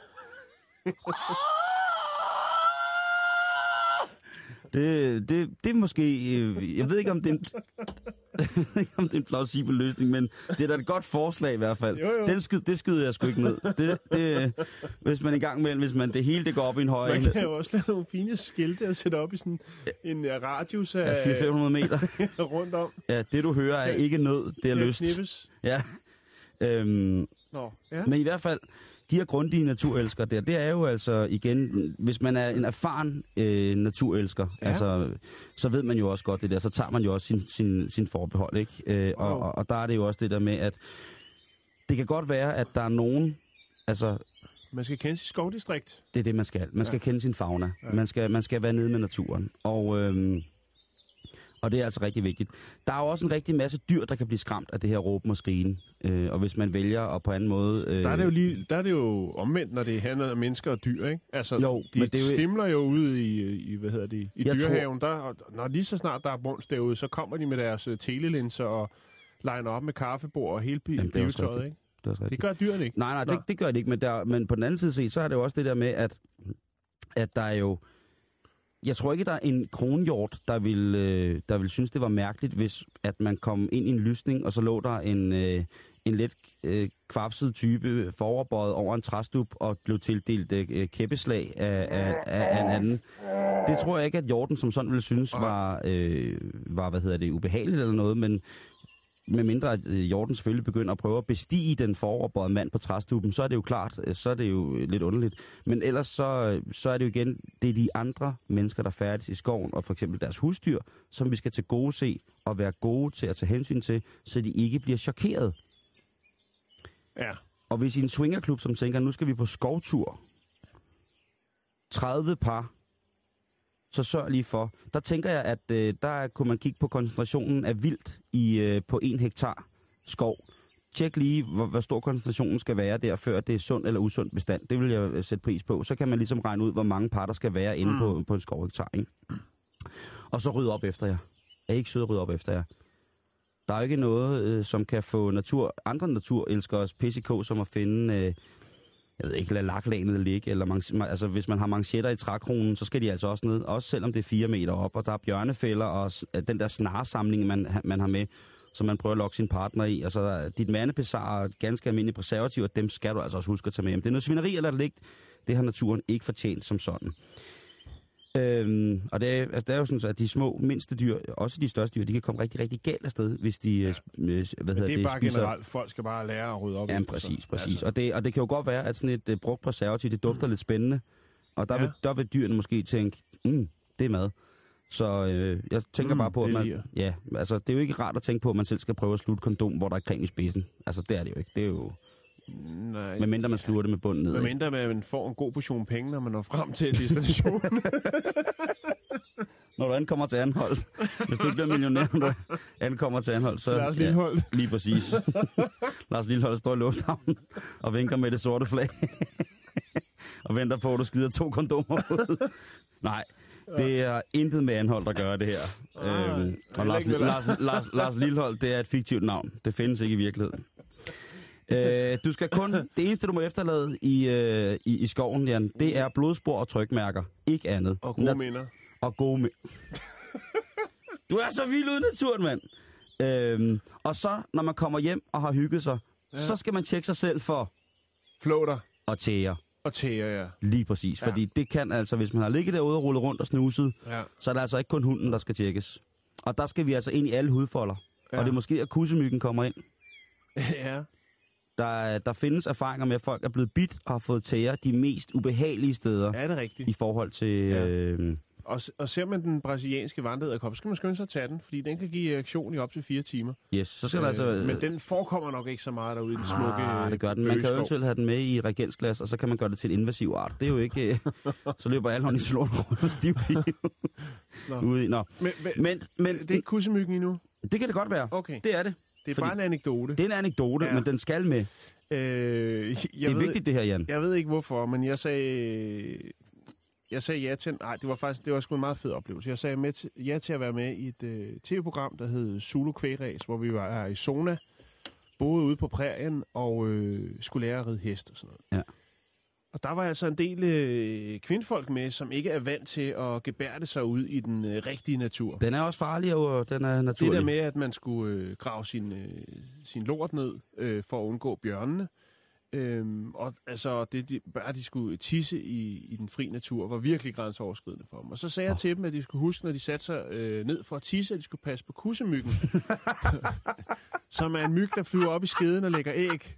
Det, det, det er måske... Jeg ved ikke, om det er en, jeg ved ikke, om det er en plausibel løsning, men det er da et godt forslag i hvert fald. Jo, jo. Den skyd, det skyder jeg sgu ikke ned. Det, det, hvis man er i gang med, hvis man det hele det går op i en højere... Man kan jo også lave nogle fine skilte og sætte op i sådan en radius af... Ja, fire til fem hundrede meter. rundt om. Ja, det du hører er ikke nød, det er lyst. Knippes. Ja. Øhm, Nå, ja. Men i hvert fald... De her grundige naturelskere der, det er jo altså igen, hvis man er en erfaren øh, naturelsker, ja. altså, så ved man jo også godt det der, så tager man jo også sin, sin, sin forbehold, ikke? Øh, wow. og, og, og der er det jo også det der med, at det kan godt være, at der er nogen, altså... Man skal kende sit skovdistrikt. Det er det, man skal. Man skal ja. kende sin fauna. Ja. Man, skal, man skal være nede med naturen. Og... Øhm, Og det er altså rigtig vigtigt. Der er jo også en rigtig masse dyr, der kan blive skræmt af det her råben og skrigen. Øh, og hvis man vælger at på anden måde... Øh... Der, er det jo lige, der er det jo omvendt, når det handler om mennesker og dyr, ikke? Altså, jo, de det er jo... stimler jo ude i, i hvad hedder det, i dyrehaven. Tror... Der, når lige så snart der er brunst derude, så kommer de med deres telelinser og liner op med kaffebord og hele bivetøjet, ikke? Det, er også det gør dyrene ikke. Nej, nej, det, det gør det ikke, men, der, men på den anden side set, så er det jo også det der med, at, at der er jo... Jeg tror ikke, der er en kronhjort, der vil, øh, der vil synes, det var mærkeligt, hvis at man kom ind i en lysning, og så lå der en, øh, en let øh, kvapset type foroverbøjet over en træstup og blev tildelt øh, kæppeslag af, af, af en anden. Det tror jeg ikke, at hjorten som sådan ville synes var, øh, var hvad hedder det, ubehageligt eller noget, men med mindre at øh, hjorten selvfølgelig begynder at prøve at bestige den foroverbøjede mand på træstuppen, så er det jo klart, øh, så er det jo lidt underligt. Men ellers så, så er det jo igen, det er de andre mennesker, der færdes i skoven, og for eksempel deres husdyr, som vi skal til gode se og være gode til at tage hensyn til, så de ikke bliver chokeret. Ja. Og hvis I en swingerklub, som tænker, nu skal vi på skovtur, tredive par, så sørg lige for. Der tænker jeg, at øh, der kunne man kigge på koncentrationen af vildt i, øh, på en hektar skov. Tjek lige, hvor, hvor stor koncentrationen skal være der, før det er sund eller usund bestand. Det vil jeg øh, sætte pris på. Så kan man ligesom regne ud, hvor mange par der skal være inde mm. på, på en skovhektar. Ikke? Og så rydde op efter jer. Er I ikke søde at rydde op efter jer? Der er jo ikke noget, øh, som kan få natur, andre naturelskere pisse i kog, som at finde... Øh, jeg ved ikke, lade laklanet ligge, eller man, altså hvis man har manchetter i trækronen, så skal de altså også ned, også selvom det er fire meter op, og der er bjørnefælder og den der snarsamling, man, man har med, som man prøver at lokke sin partner i. Altså dit mandepessar og ganske almindelige preservativer, dem skal du altså også huske at tage med hjem. Det er noget svineri eller det det har naturen ikke fortjent som sådan. Øhm, og det er, altså, det er jo sådan, at de små, mindste dyr, også de største dyr, de kan komme rigtig, rigtig galt afsted, hvis de, ja. øh, hvad hedder det, det er bare spiser... generelt, folk skal bare lære at rydde op. Ja, præcis, præcis. Altså. Og, det, og det kan jo godt være, at sådan et uh, brugt preservativ, det dufter mm. lidt spændende, og der, ja. vil, der vil dyrene måske tænke, mm, det er mad. Så øh, jeg tænker mm, bare på, at man... Ja, altså det er jo ikke rart at tænke på, at man selv skal prøve at slutte kondom, hvor der er creme i spidsen. Altså det er det jo ikke, det er jo... Nej, med mindre man sluger det med bunden ned. Med mindre man får en god portion penge, når man når frem til destinationen. Når du ankommer til Anholt. Hvis du bliver millionær, når du ankommer til Anholt, så... Lars Lillehold. Ja, lige præcis. Lars Lillehold står i lufthavnen og vinker med det sorte flag. og venter på, at du skider to kondomer ud. Nej, det er intet med Anholt at gøre det her. Ah, øhm, og Lars, Lars, Lars, Lars Lillehold, det er et fiktivt navn. Det findes ikke i virkeligheden. Øh, du skal kun, det eneste du må efterlade i, øh, i, i skoven, Jan, det er blodspor og trykmærker. Ikke andet. Og gode minder. Og gode minder. Du er så vild ude i naturen, mand. Øhm, og så, når man kommer hjem og har hygget sig, ja. så skal man tjekke sig selv for... Flåter. Og tæer. Og tæer, ja. Lige præcis, ja. Fordi det kan altså, hvis man har ligget derude og rullet rundt og snuset, ja. så er det altså ikke kun hunden, der skal tjekkes. Og der skal vi altså ind i alle hudfolder. Ja. Og det er måske, at kussemyggen kommer ind. Ja. Der, der findes erfaringer med, at folk er blevet bidt og har fået tæer de mest ubehagelige steder. Ja, det er rigtigt. I forhold til... Ja. Øh, og, og ser man den brasilianske vandreedderkop, så skal man skynde sig at tage den, fordi den kan give reaktion i op til fire timer. Yes, så skal øh, altså... Øh, men den forekommer nok ikke så meget derude i den smukke... Ah, det gør den. Man kan jo eventuelt have den med i reagensglas, og så kan man gøre det til en invasiv art. Det er jo ikke... så løber alle ornitologer rundt med stivpiv. Ude i. Nå. Men, men, men, det er ikke kussemyggen endnu? Det kan det godt være. Okay. Det er det. Det er bare en anekdote. Det er en anekdote, ja. men den skal med. Øh, det er ved, vigtigt, det her, Jan. Jeg ved ikke, hvorfor, men jeg sagde... Jeg sagde ja til... Nej, det var faktisk det var sgu en meget fed oplevelse. Jeg sagde med til, ja til at være med i et uh, tv-program, der hed Zulu Kvægræs, hvor vi var her i Zona, boede ude på prærien og øh, skulle lære at ride hest og sådan noget. Ja. Og der var altså en del øh, kvindfolk med, som ikke er vant til at gebærde sig ud i den øh, rigtige natur. Den er også farlig, og den er naturlig. Det der med, at man skulle øh, grave sin, øh, sin lort ned øh, for at undgå bjørnene. Øhm, og altså, det, de, bare de skulle tisse i, i den fri natur, var virkelig grænseoverskridende for dem. Og så sagde oh. jeg til dem, at de skulle huske, når de satte sig øh, ned for at tisse, at de skulle passe på kussemyggen. Som er en myg, der flyver op i skeden og lægger æg.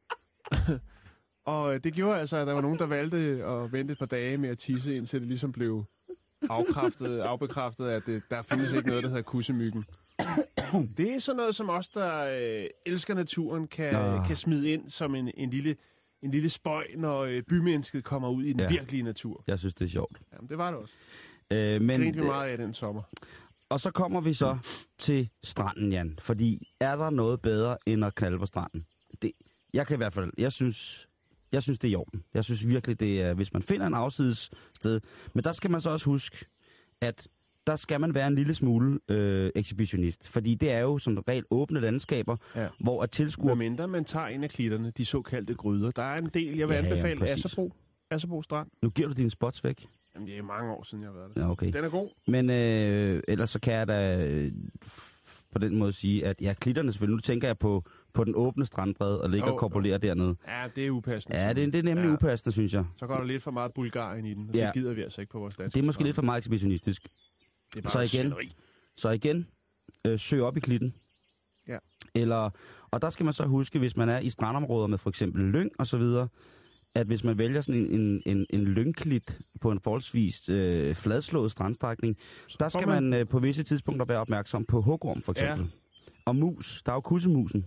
Og det gjorde altså, at der var nogen, der valgte at vente et par dage med at tisse, indtil det ligesom blev afkræftet, afbekræftet, at det, der findes ikke noget, der hedder kussemyggen. Det er sådan noget, som os, der øh, elsker naturen, kan, oh. kan smide ind som en, en, lille, en lille spøj, når øh, bymennesket kommer ud i den ja. virkelige natur. Jeg synes, det er sjovt. Jamen, det var det også. Øh, men, Grinte vi meget af den sommer. Og så kommer vi så til stranden, Jan. Fordi er der noget bedre, end at knalde på stranden? Det, jeg kan i hvert fald, jeg synes... Jeg synes, det er i orden. Jeg synes virkelig, det er, hvis man finder en afsides sted. Men der skal man så også huske, at der skal man være en lille smule øh, ekshibitionist. Fordi det er jo som regel åbne landskaber, Ja. hvor at tilskuer... Med mindre man tager en af klitterne, de såkaldte gryder. Der er en del, jeg vil Ja, ja, anbefale. præcis. Asserbo. Asserbo Strand. Nu giver du dine spots væk. Jamen, det er mange år siden, jeg har været der. Ja, okay. Den er god. Men øh, ellers så kan jeg da øh, på den måde sige, at ja, klitterne selvfølgelig. Nu tænker jeg på, på den åbne strandbred og ligger Jo, og korpolerer dernede. Ja, det er upassende. Ja, det, det er nemlig Ja. ja. upassende, synes jeg. Så går der lidt for meget Bulgarien i den, og Ja. det gider vi altså ikke på vores danske Det er måske strand. lidt for meget ekshibitionistisk. Det er bare Så igen, selleri. så igen øh, søg op i klitten. Ja. Eller, og der skal man så huske, hvis man er i strandområder med for eksempel lyng og så videre, at hvis man vælger sådan en, en, en, en lyngklit på en forholdsvis øh, fladslået strandstrækning, der skal man- man øh, på visse tidspunkter være opmærksom på hugorm for eksempel. Ja. Og mus. Der er jo kussemusen.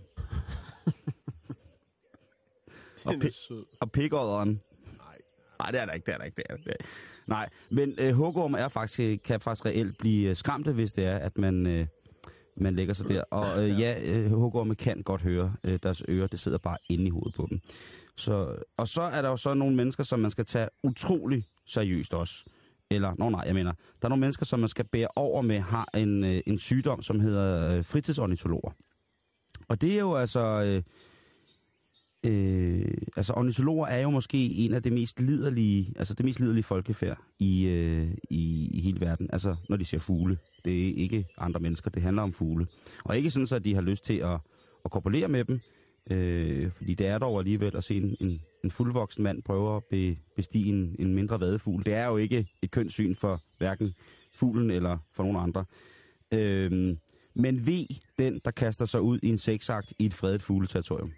og, Den er pi- sød. og pigodderen. Nej. Nej, det er der ikke, det er der ikke, det er der ikke. Nej, men øh, hugorm er faktisk, kan faktisk reelt blive øh, skræmte, hvis det er, at man, øh, man lægger sig der. Og øh, ja, øh, hugorme kan godt høre øh, deres ører, det sidder bare inde i hovedet på dem. Så, og så er der jo så nogle mennesker, som man skal tage utrolig seriøst også. Eller, nå nej, jeg mener, der er nogle mennesker, som man skal bære over med, har en, øh, en sygdom, som hedder øh, fritidsornitologer. Og det er jo altså... Øh, Øh, altså ornitologer er jo måske en af det mest liderlige, altså det mest liderlige folkefærd i, øh, i, i hele verden. Altså når de ser fugle. Det er ikke andre mennesker, det handler om fugle. Og ikke sådan, så de har lyst til at, at korpulere med dem. Øh, fordi det er dog alligevel at se en, en, en fuldvoksen mand prøve at be, bestige en, en mindre vadefugl. Det er jo ikke et kønssyn for hverken fuglen eller for nogen andre. Øh, men ved den, der kaster sig ud i en sexakt i et fredet fugleterritorium.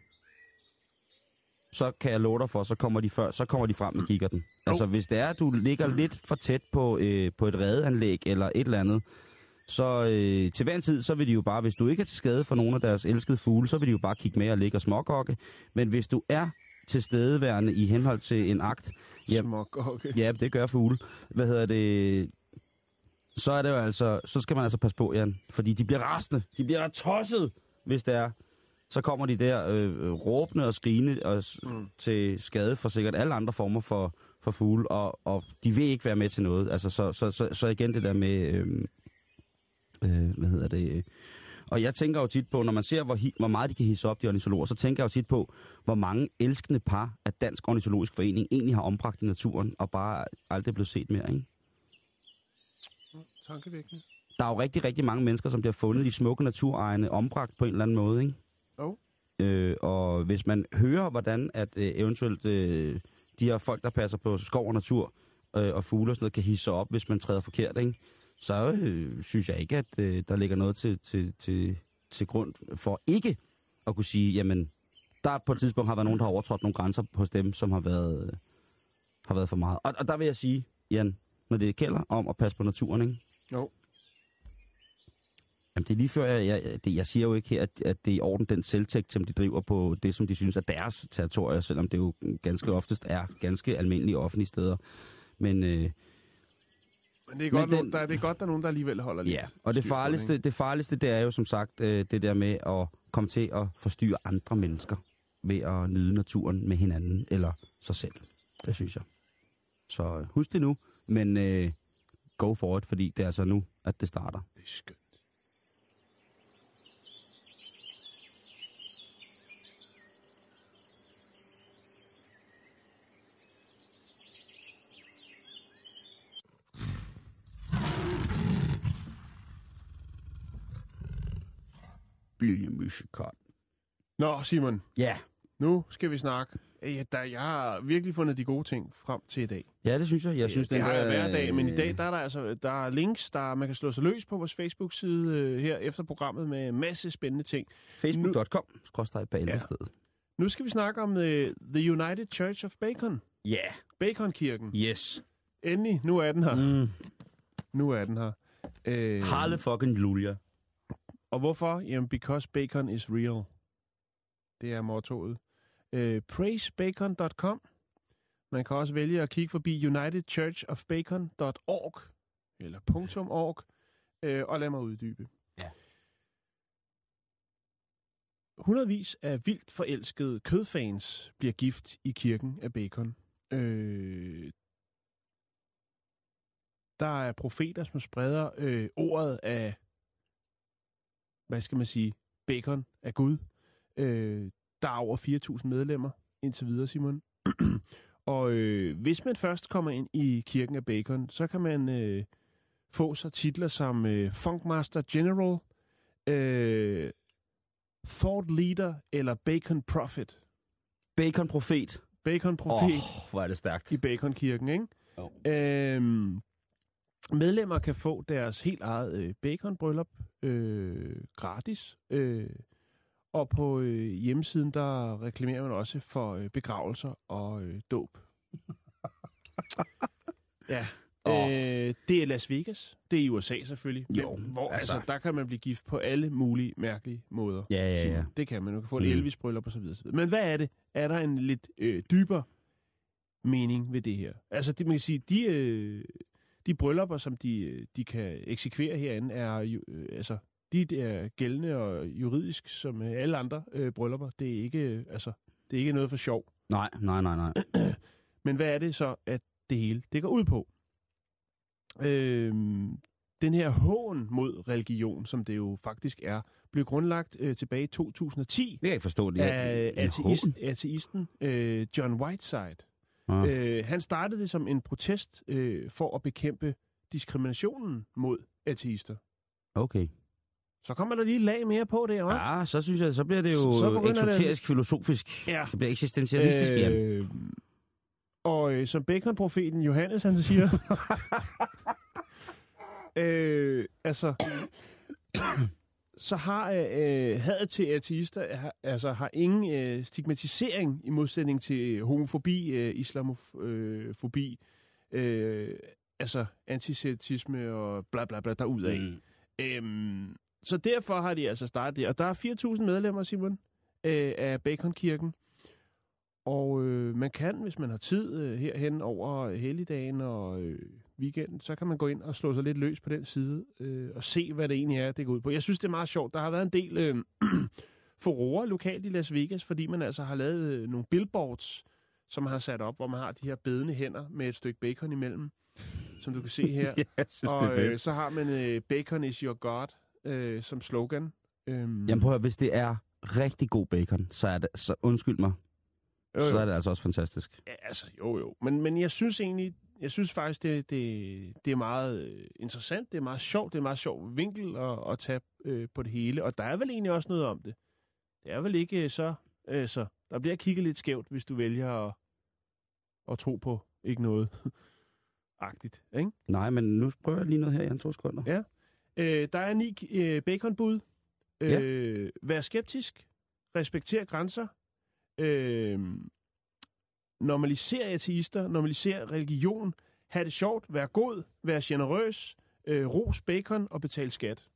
Så kan jeg love dig for, så kommer de før, så kommer de frem med kikkerten. Altså hvis det er, at du ligger lidt for tæt på, øh, på et redeanlæg eller et eller andet, så øh, til hver en tid, så vil de jo bare, hvis du ikke er til skade for nogle af deres elskede fugle, så vil de jo bare kigge med og ligge og smågokke. Men hvis du er til stedeværende i henhold til en akt, ja, Smågokke. ja, det gør fugle. Hvad hedder det? Så er det jo altså, så skal man altså passe på, Jan, fordi de bliver rasende, de bliver tosset, hvis det er. Så kommer de der øh, råbende og skrigende og, mm. til skade for sikkert alle andre former for, for fugle, og, og de vil ikke være med til noget. Altså, så, så, så, så igen det der med, øh, øh, hvad hedder det, og jeg tænker jo tit på, når man ser, hvor, hi, hvor meget de kan hisse op, de ornitologer, så tænker jeg jo tit på, hvor mange elskende par af Dansk Ornitologisk Forening egentlig har ombragt i naturen, og bare aldrig blevet set mere, ikke? Tankevækkende. Der er jo rigtig, rigtig mange mennesker, som bliver fundet i smukke naturegne, ombragt på en eller anden måde, ikke? Jo. Øh, og hvis man hører, hvordan at øh, eventuelt øh, de her folk, der passer på skov og natur øh, og fugle og sådan noget, kan hisse sig op, hvis man træder forkert, ikke? Så øh, synes jeg ikke, at øh, der ligger noget til, til, til, til grund for ikke at kunne sige, jamen, der på et tidspunkt har været nogen, der har overtrådt nogle grænser hos dem, som har været, øh, har været for meget. Og, og der vil jeg sige, Jan, når det gælder om at passe på naturen, ikke? Jo. Jamen, det er lige før, jeg, jeg, det, jeg siger jo ikke her, at, at det er i orden den selvtægt, som de driver på det, som de synes er deres territorier, selvom det jo ganske oftest er ganske almindelige offentlige steder. Men, øh, Men det er godt, Men den... den- der, det er godt, der er nogen, der alligevel holder lidt. ja, og det styr på farligste, ikke? det farligste, det er jo som sagt øh, det der med at komme til at forstyrre andre mennesker ved at nyde naturen med hinanden eller sig selv. Det synes jeg. Så øh, husk det nu, men øh, go for it, fordi det er altså nu, at det starter. Det er skønt. Lille musikot. Nå, Simon. Ja. Nu skal vi snakke. Ja, der, jeg har virkelig fundet de gode ting frem til i dag. Ja, det synes jeg. Jeg synes, det, det har jeg er- hver dag, men i dag der er der altså der er links, der man kan slå sig løs på vores Facebook-side øh, her efter programmet med en masse spændende ting. facebook punktum com skråstreg Bæltestedet. Nu skal vi snakke om uh, The United Church of Bacon. Ja. Yeah. Baconkirken. Yes. Endelig, nu er den her. Mm. Nu er den her. Øh, Harle fucking Julia. Og hvorfor? Jamen, because bacon is real. Det er mottoet. Uh, praise bacon punktum com. Man kan også vælge at kigge forbi united church of bacon punktum org eller .org, øh, og lad mig uddybe. Ja. Hundredvis af vildt forelskede kødfans bliver gift i kirken af Bacon. Øh, der er profeter, som spreder øh, ordet af, hvad skal man sige, bacon af Gud. Øh, der er over fire tusind medlemmer indtil videre, Simon. Og øh, hvis man først kommer ind i kirken af bacon, så kan man øh, få sig titler som øh, Funkmaster General, øh, Thought Leader eller Bacon Prophet. Bacon Profet. Bacon Profet. Åh, oh, hvor er det stærkt. I Baconkirken, ikke? Oh. Øhm, medlemmer kan få deres helt eget øh, baconbryllup øh, gratis. Øh, og på øh, hjemmesiden, der reklamerer man også for øh, begravelser og øh, dåb. Ja. Oh. Øh, det er Las Vegas. Det er i U S A selvfølgelig. Jo, hvor altså. altså, der kan man blive gift på alle mulige mærkelige måder. Ja, ja, ja. Det kan man. Du kan få en Mm. Elvis-bryllup og så videre, så videre. Men hvad er det? Er der en lidt øh, dybere mening ved det her? Altså, det, man kan sige, de, øh, de bryllupper, som de, de kan eksekvere herinde, er jo, øh, altså, de er gældende og juridisk som øh, alle andre øh, bryllupper. Det er ikke, øh, altså, det er ikke noget for sjov. Nej, nej, nej, nej. Men hvad er det så, at det hele det går ud på? Øhm, den her hån mod religion, som det jo faktisk er, blev grundlagt øh, tilbage i to tusind og ti. Jeg kan ikke forstå det. Af ateist, ateisten øh, John Whiteside. Ah. Øh, han startede det som en protest øh, for at bekæmpe diskriminationen mod ateister. Okay. Så kommer der lige et lag mere på det, hva'? Ja, så synes jeg, så bliver det jo Så begynder eksoterisk, det- filosofisk. Ja. Det bliver eksistentialistisk igen. Øh, og øh, som Bacon-profeten Johannes, han så siger... øh, altså... så har øh, hadet til ateister har, altså, har ingen øh, stigmatisering i modsætning til homofobi, øh, islamofobi, øh, altså antisemitisme og bla bla bla derudad. Mm. Øhm, så derfor har de altså startet det. Og der er fire tusind medlemmer, Simon, øh, af Baconkirken. Og øh, man kan, hvis man har tid øh, herhen over helligdagen og øh, weekenden, så kan man gå ind og slå sig lidt løs på den side øh, og se, hvad det egentlig er, det går ud på. Jeg synes, det er meget sjovt. Der har været en del øh, furore lokalt i Las Vegas, fordi man altså har lavet øh, nogle billboards, som man har sat op, hvor man har de her bedende hænder med et stykke bacon imellem, som du kan se her. Ja, jeg synes, og det er fedt. øh, så har man øh, Bacon is your God øh, som slogan. Øhm, Jamen prøv at høre, hvis det er rigtig god bacon, så er det, så undskyld mig, jo, jo. så er det altså også fantastisk. Ja, altså, jo jo. Men, men jeg synes egentlig, jeg synes faktisk, det, det, det er meget øh, interessant, det er meget sjovt, det er en meget sjov vinkel at, at tage øh, på det hele. Og der er vel egentlig også noget om det. Det er vel ikke øh, så, øh, så... Der bliver kigget lidt skævt, hvis du vælger at, at tro på ikke noget agtigt, ikke? Nej, men nu prøver jeg lige noget her i en to sekunder. Ja. Øh, der er ni øh, baconbud. Øh, ja. Vær skeptisk. Respekter grænser. Øh, normaliser ateister. Normaliser religion. Ha' det sjovt. Vær god. Vær generøs. Øh, ros bacon og betal skat.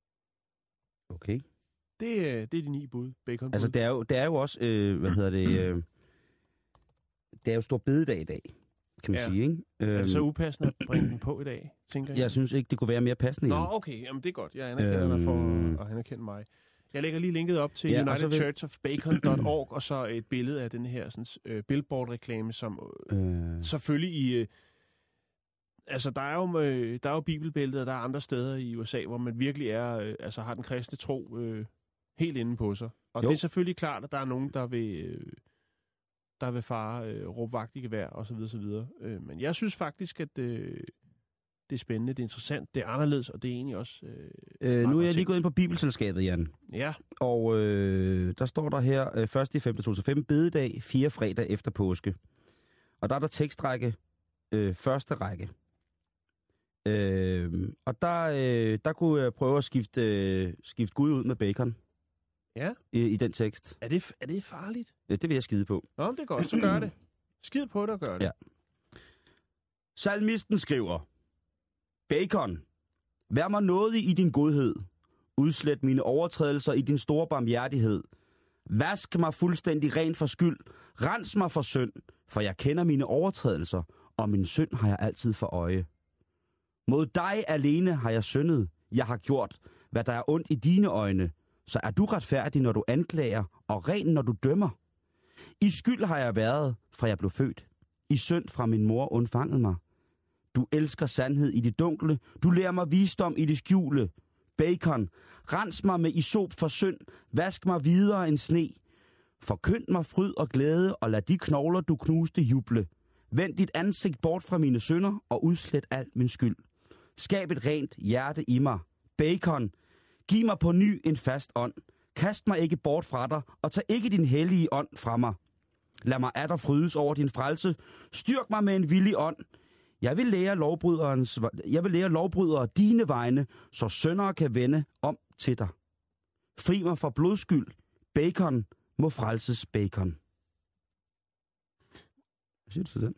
Okay. Det, øh, det er de ni bud. Baconbud. Altså, det er jo, det er jo også, øh, hvad hedder det, øh, det er jo stor bededag i dag, kan man Ja. sige, ikke? Er det så Øhm, upassende at bringe den på i dag, tænker jeg? jeg synes ikke, det kunne være mere passende. Nå, Jan. okay. Jamen, det er godt. Jeg anerkender øhm... dig Øhm. for at anerkende mig. Jeg lægger lige linket op til Ja, ja, og så united vil- church of bacon dot org, og så et billede af den her sådan, øh, billboard-reklame, som øh, Øh, selvfølgelig i... Øh, altså, der er, jo, øh, der er jo bibelbæltet, og der er andre steder i U S A, hvor man virkelig er, øh, altså, har den kristne tro øh, helt inde på sig. Og Jo. det er selvfølgelig klart, at der er nogen, der vil... Øh, der vil fare, øh, råbe vagt i gevær, og så videre, så videre. Øh, men jeg synes faktisk, at øh, det er spændende, det er interessant, det er anderledes, og det er egentlig også... Øh, øh, nu er godt jeg lige tænkt. gået ind på Bibelselskabet, Jan. Ja, Og øh, der står der her, øh, første femte to tusind og femten, bededag, fire fredag efter påske. Og der er der tekstrække, øh, første række. Øh, og der, øh, der kunne jeg prøve at skifte, øh, skifte Gud ud med bacon ja. i, i den tekst. Er det, er det farligt? Øh, Det vil jeg skide på. Nå, men det er godt, så gør det. Skid på det og gør det. Ja. Salmisten skriver, Bacon, vær mig nådig i din godhed. Udslet mine overtrædelser i din store barmhjertighed. Vask mig fuldstændig ren for skyld. Rens mig for synd, for jeg kender mine overtrædelser, og min synd har jeg altid for øje. Mod dig alene har jeg syndet. Jeg har gjort, hvad der er ondt i dine øjne. Så er du retfærdig, når du anklager, og ren, når du dømmer. I skyld har jeg været, fra jeg blev født. I synd fra min mor undfangede mig. Du elsker sandhed i det dunkle. Du lærer mig visdom i det skjule. Bacon. Rens mig med isop for synd. Vask mig videre end sne. Forkynd mig fryd og glæde, og lad de knogler, du knuste, juble. Vend dit ansigt bort fra mine synder, og udslet al min skyld. Skab et rent hjerte i mig. Bacon. Giv mig på ny en fast ånd. Kast mig ikke bort fra dig, og tag ikke din hellige ånd fra mig. Lad mig atter frydes over din frelse. Styrk mig med en villig ånd. Jeg vil lære lovbryderens, jeg vil lære lovbrydere dine vegne, så syndere kan vende om til dig. Fri mig fra blodskyld. Bacon må frelses bacon. Hvad siger du til den?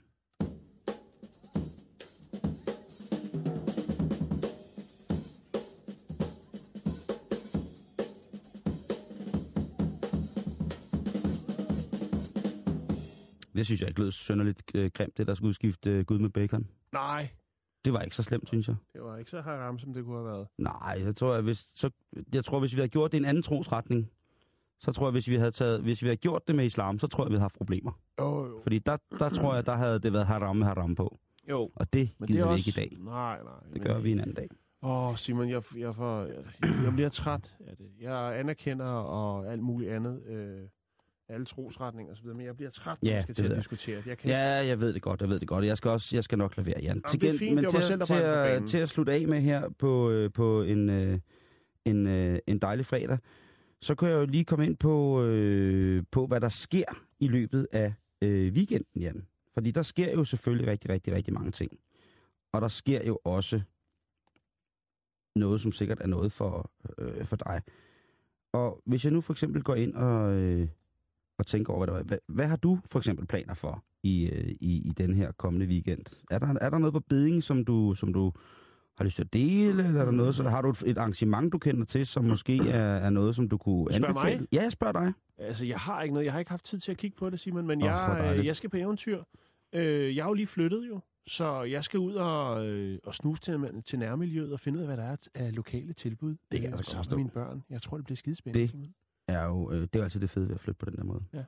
Det synes jeg ikke lød sønderligt øh, grimt, det der skulle udskifte øh, Gud med bacon. Nej. Det var ikke så slemt, synes jeg. Det var ikke så haram, som det kunne have været. Nej, jeg tror, at hvis, så, jeg tror, hvis vi havde gjort det i en anden trosretning, så tror jeg, hvis vi havde taget, hvis vi havde gjort det med islam, så tror jeg, vi havde haft problemer. Jo, jo. Fordi der, der tror jeg, der havde det været haram med haram på. Jo. Og det men gider det er vi også... ikke i dag. Nej, nej. Det gør vi en anden dag. Åh, oh, Simon, jeg, jeg, får, jeg, jeg bliver træt af det. Jeg anerkender og alt muligt andet. Øh... alle trosretninger og så videre, men jeg bliver træt, når ja, jeg skal til at diskutere. Jeg kan... Ja, jeg ved det godt, jeg ved det godt. Jeg skal også, jeg skal nok lade være, Jan. Jamen, det er fint, men det var til, selv, der til, at, til at slutte af med her på, øh, på en, øh, en, øh, en dejlig fredag, så kan jeg jo lige komme ind på, øh, på hvad der sker i løbet af øh, weekenden, Jan. Fordi der sker jo selvfølgelig rigtig, rigtig, rigtig mange ting. Og der sker jo også noget, som sikkert er noget for, øh, for dig. Og hvis jeg nu for eksempel går ind og... Øh, og tænke over, hvad, der, hvad, hvad har du for eksempel planer for i, i, i den her kommende weekend? Er der, er der noget på beding, som du, som du har lyst til at dele, eller er der noget, så har du et, et arrangement, du kender til, som måske er, er noget, som du kunne spørg anbefale? Mig? Ja, jeg spørger dig. Altså, jeg har ikke noget. Jeg har ikke haft tid til at kigge på det, Simon, men Oh, jeg, jeg skal på eventyr. Øh, jeg er jo lige flyttet jo, så jeg skal ud og, øh, og snuse til, til nærmiljøet og finde ud af, hvad der er af lokale tilbud. Det kan jeg altså godt forstå. Mine børn. Jeg tror, det bliver skidespændende, det. Simon. Er jo, øh, det er jo altid det fede ved at flytte på den der måde. Ja.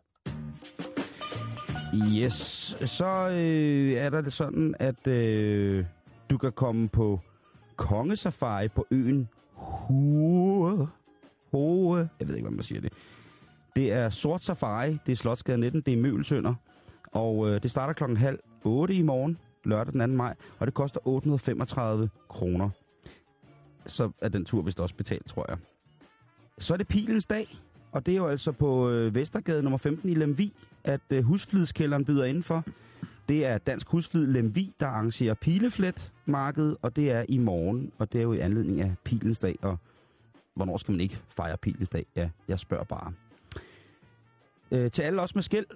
Yes, så øh, er der det sådan, at øh, du kan komme på kongesafari på øen Hue. Hue. Jeg ved ikke, hvad man siger det. Det er Sort Safari, det er Slotsgade nitten, det er Møgeltønder. Og øh, det starter klokken halv otte i morgen, lørdag den anden maj, og det koster otte hundrede og femogtredive kroner. Så er den tur vist også betalt, tror jeg. Så er det Pilens dag, og det er jo altså på øh, Vestergade nummer femten i Lemvig, at øh, Husflidskælderen byder indenfor. Det er Dansk Husflid Lemvig, der arrangerer Pileflet-marked, og det er i morgen, og det er jo i anledning af Pilens dag. Og hvornår skal man ikke fejre Pilens dag? Ja, jeg spørger bare. Øh, til alle os med skæld.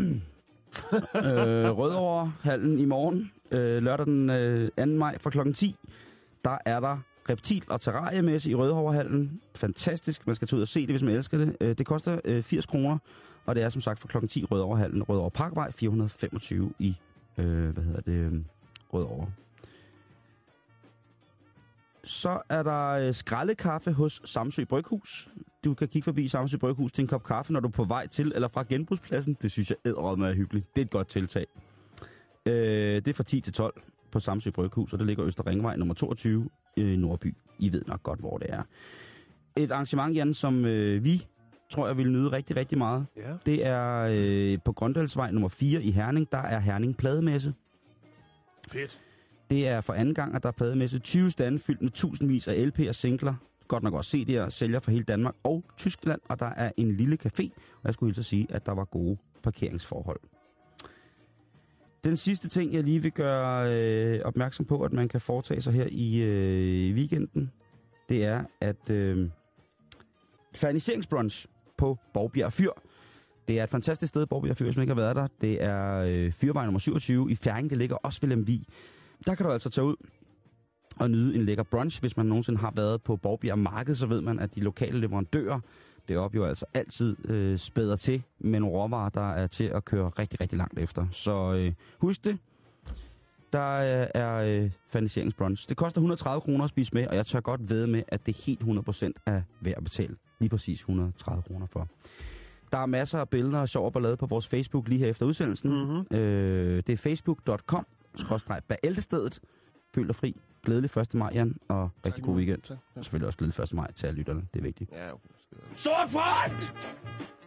øh, Rødovrehallen i morgen, øh, lørdag den øh, anden maj fra klokken ti, der er der reptil- og terrariemesse i Rødovrehallen. Fantastisk, man skal tage ud og se det, hvis man elsker det. Øh, det koster øh, firs kroner, og det er som sagt fra klokken ti Rødovrehallen, Rødovre Parkvej fire hundrede og femogtyve i, øh, hvad hedder det, øh, Rødovre. Så er der øh, skraldekaffe hos Samsø Bryghus. Du kan kigge forbi Samsø Bryghus til en kop kaffe, når du er på vej til eller fra genbrugspladsen. Det synes jeg edderrødme er hyggeligt. Det er et godt tiltag. Øh, det er fra ti til tolv på Samsø Bryghus, og det ligger Øster Ringvej nummer toogtyve i Nordby. I ved nok godt, hvor det er. Et arrangement, Jan, som øh, vi tror jeg vil nyde rigtig, rigtig meget. Ja. Det er øh, på Grøndalsvej nummer fire i Herning. Der er Herning Plademesse. Fedt. Det er for anden gang, at der er plademesse. tyve stande fyldt med tusindvis af L P'er og singler. Godt nok også C D'er, sælger fra hele Danmark og Tyskland. Og der er en lille café, og jeg skulle hilse at sige, at der var gode parkeringsforhold. Den sidste ting, jeg lige vil gøre øh, opmærksom på, at man kan foretage sig her i øh, weekenden, det er, at øh, ferniseringsbrunch på Borgbjerg Fyr. Det er et fantastisk sted, Borgbjerg Fyr, hvis man ikke har været der. Det er øh, Fyrvej nummer syvogtyve i Ferring. Det ligger også ved Lemvig. Der kan du altså tage ud og nyde en lækker brunch. Hvis man nogensinde har været på Borgbjerg Marked, så ved man, at de lokale leverandører deroppe jo altså altid øh, spæder til med nogle råvarer, der er til at køre rigtig, rigtig langt efter. Så øh, husk det. Der er øh, ferniseringsbrunch. Det koster et hundrede og tredive kroner at spise med, og jeg tør godt vædde med, at det helt hundrede procent er værd at betale. Lige præcis et hundrede og tredive kroner for. Der er masser af billeder og sjov ballade på vores Facebook lige her efter udsendelsen. Mm-hmm. Øh, det er facebook punktum com skråstreg Bæltestedet. Føl dig fri. Glædelig første maj, Jan, og rigtig god weekend. Tak, tak. Selvfølgelig også glædelig første maj til alle lytterne. Det er vigtigt. Ja, okay. Sort front!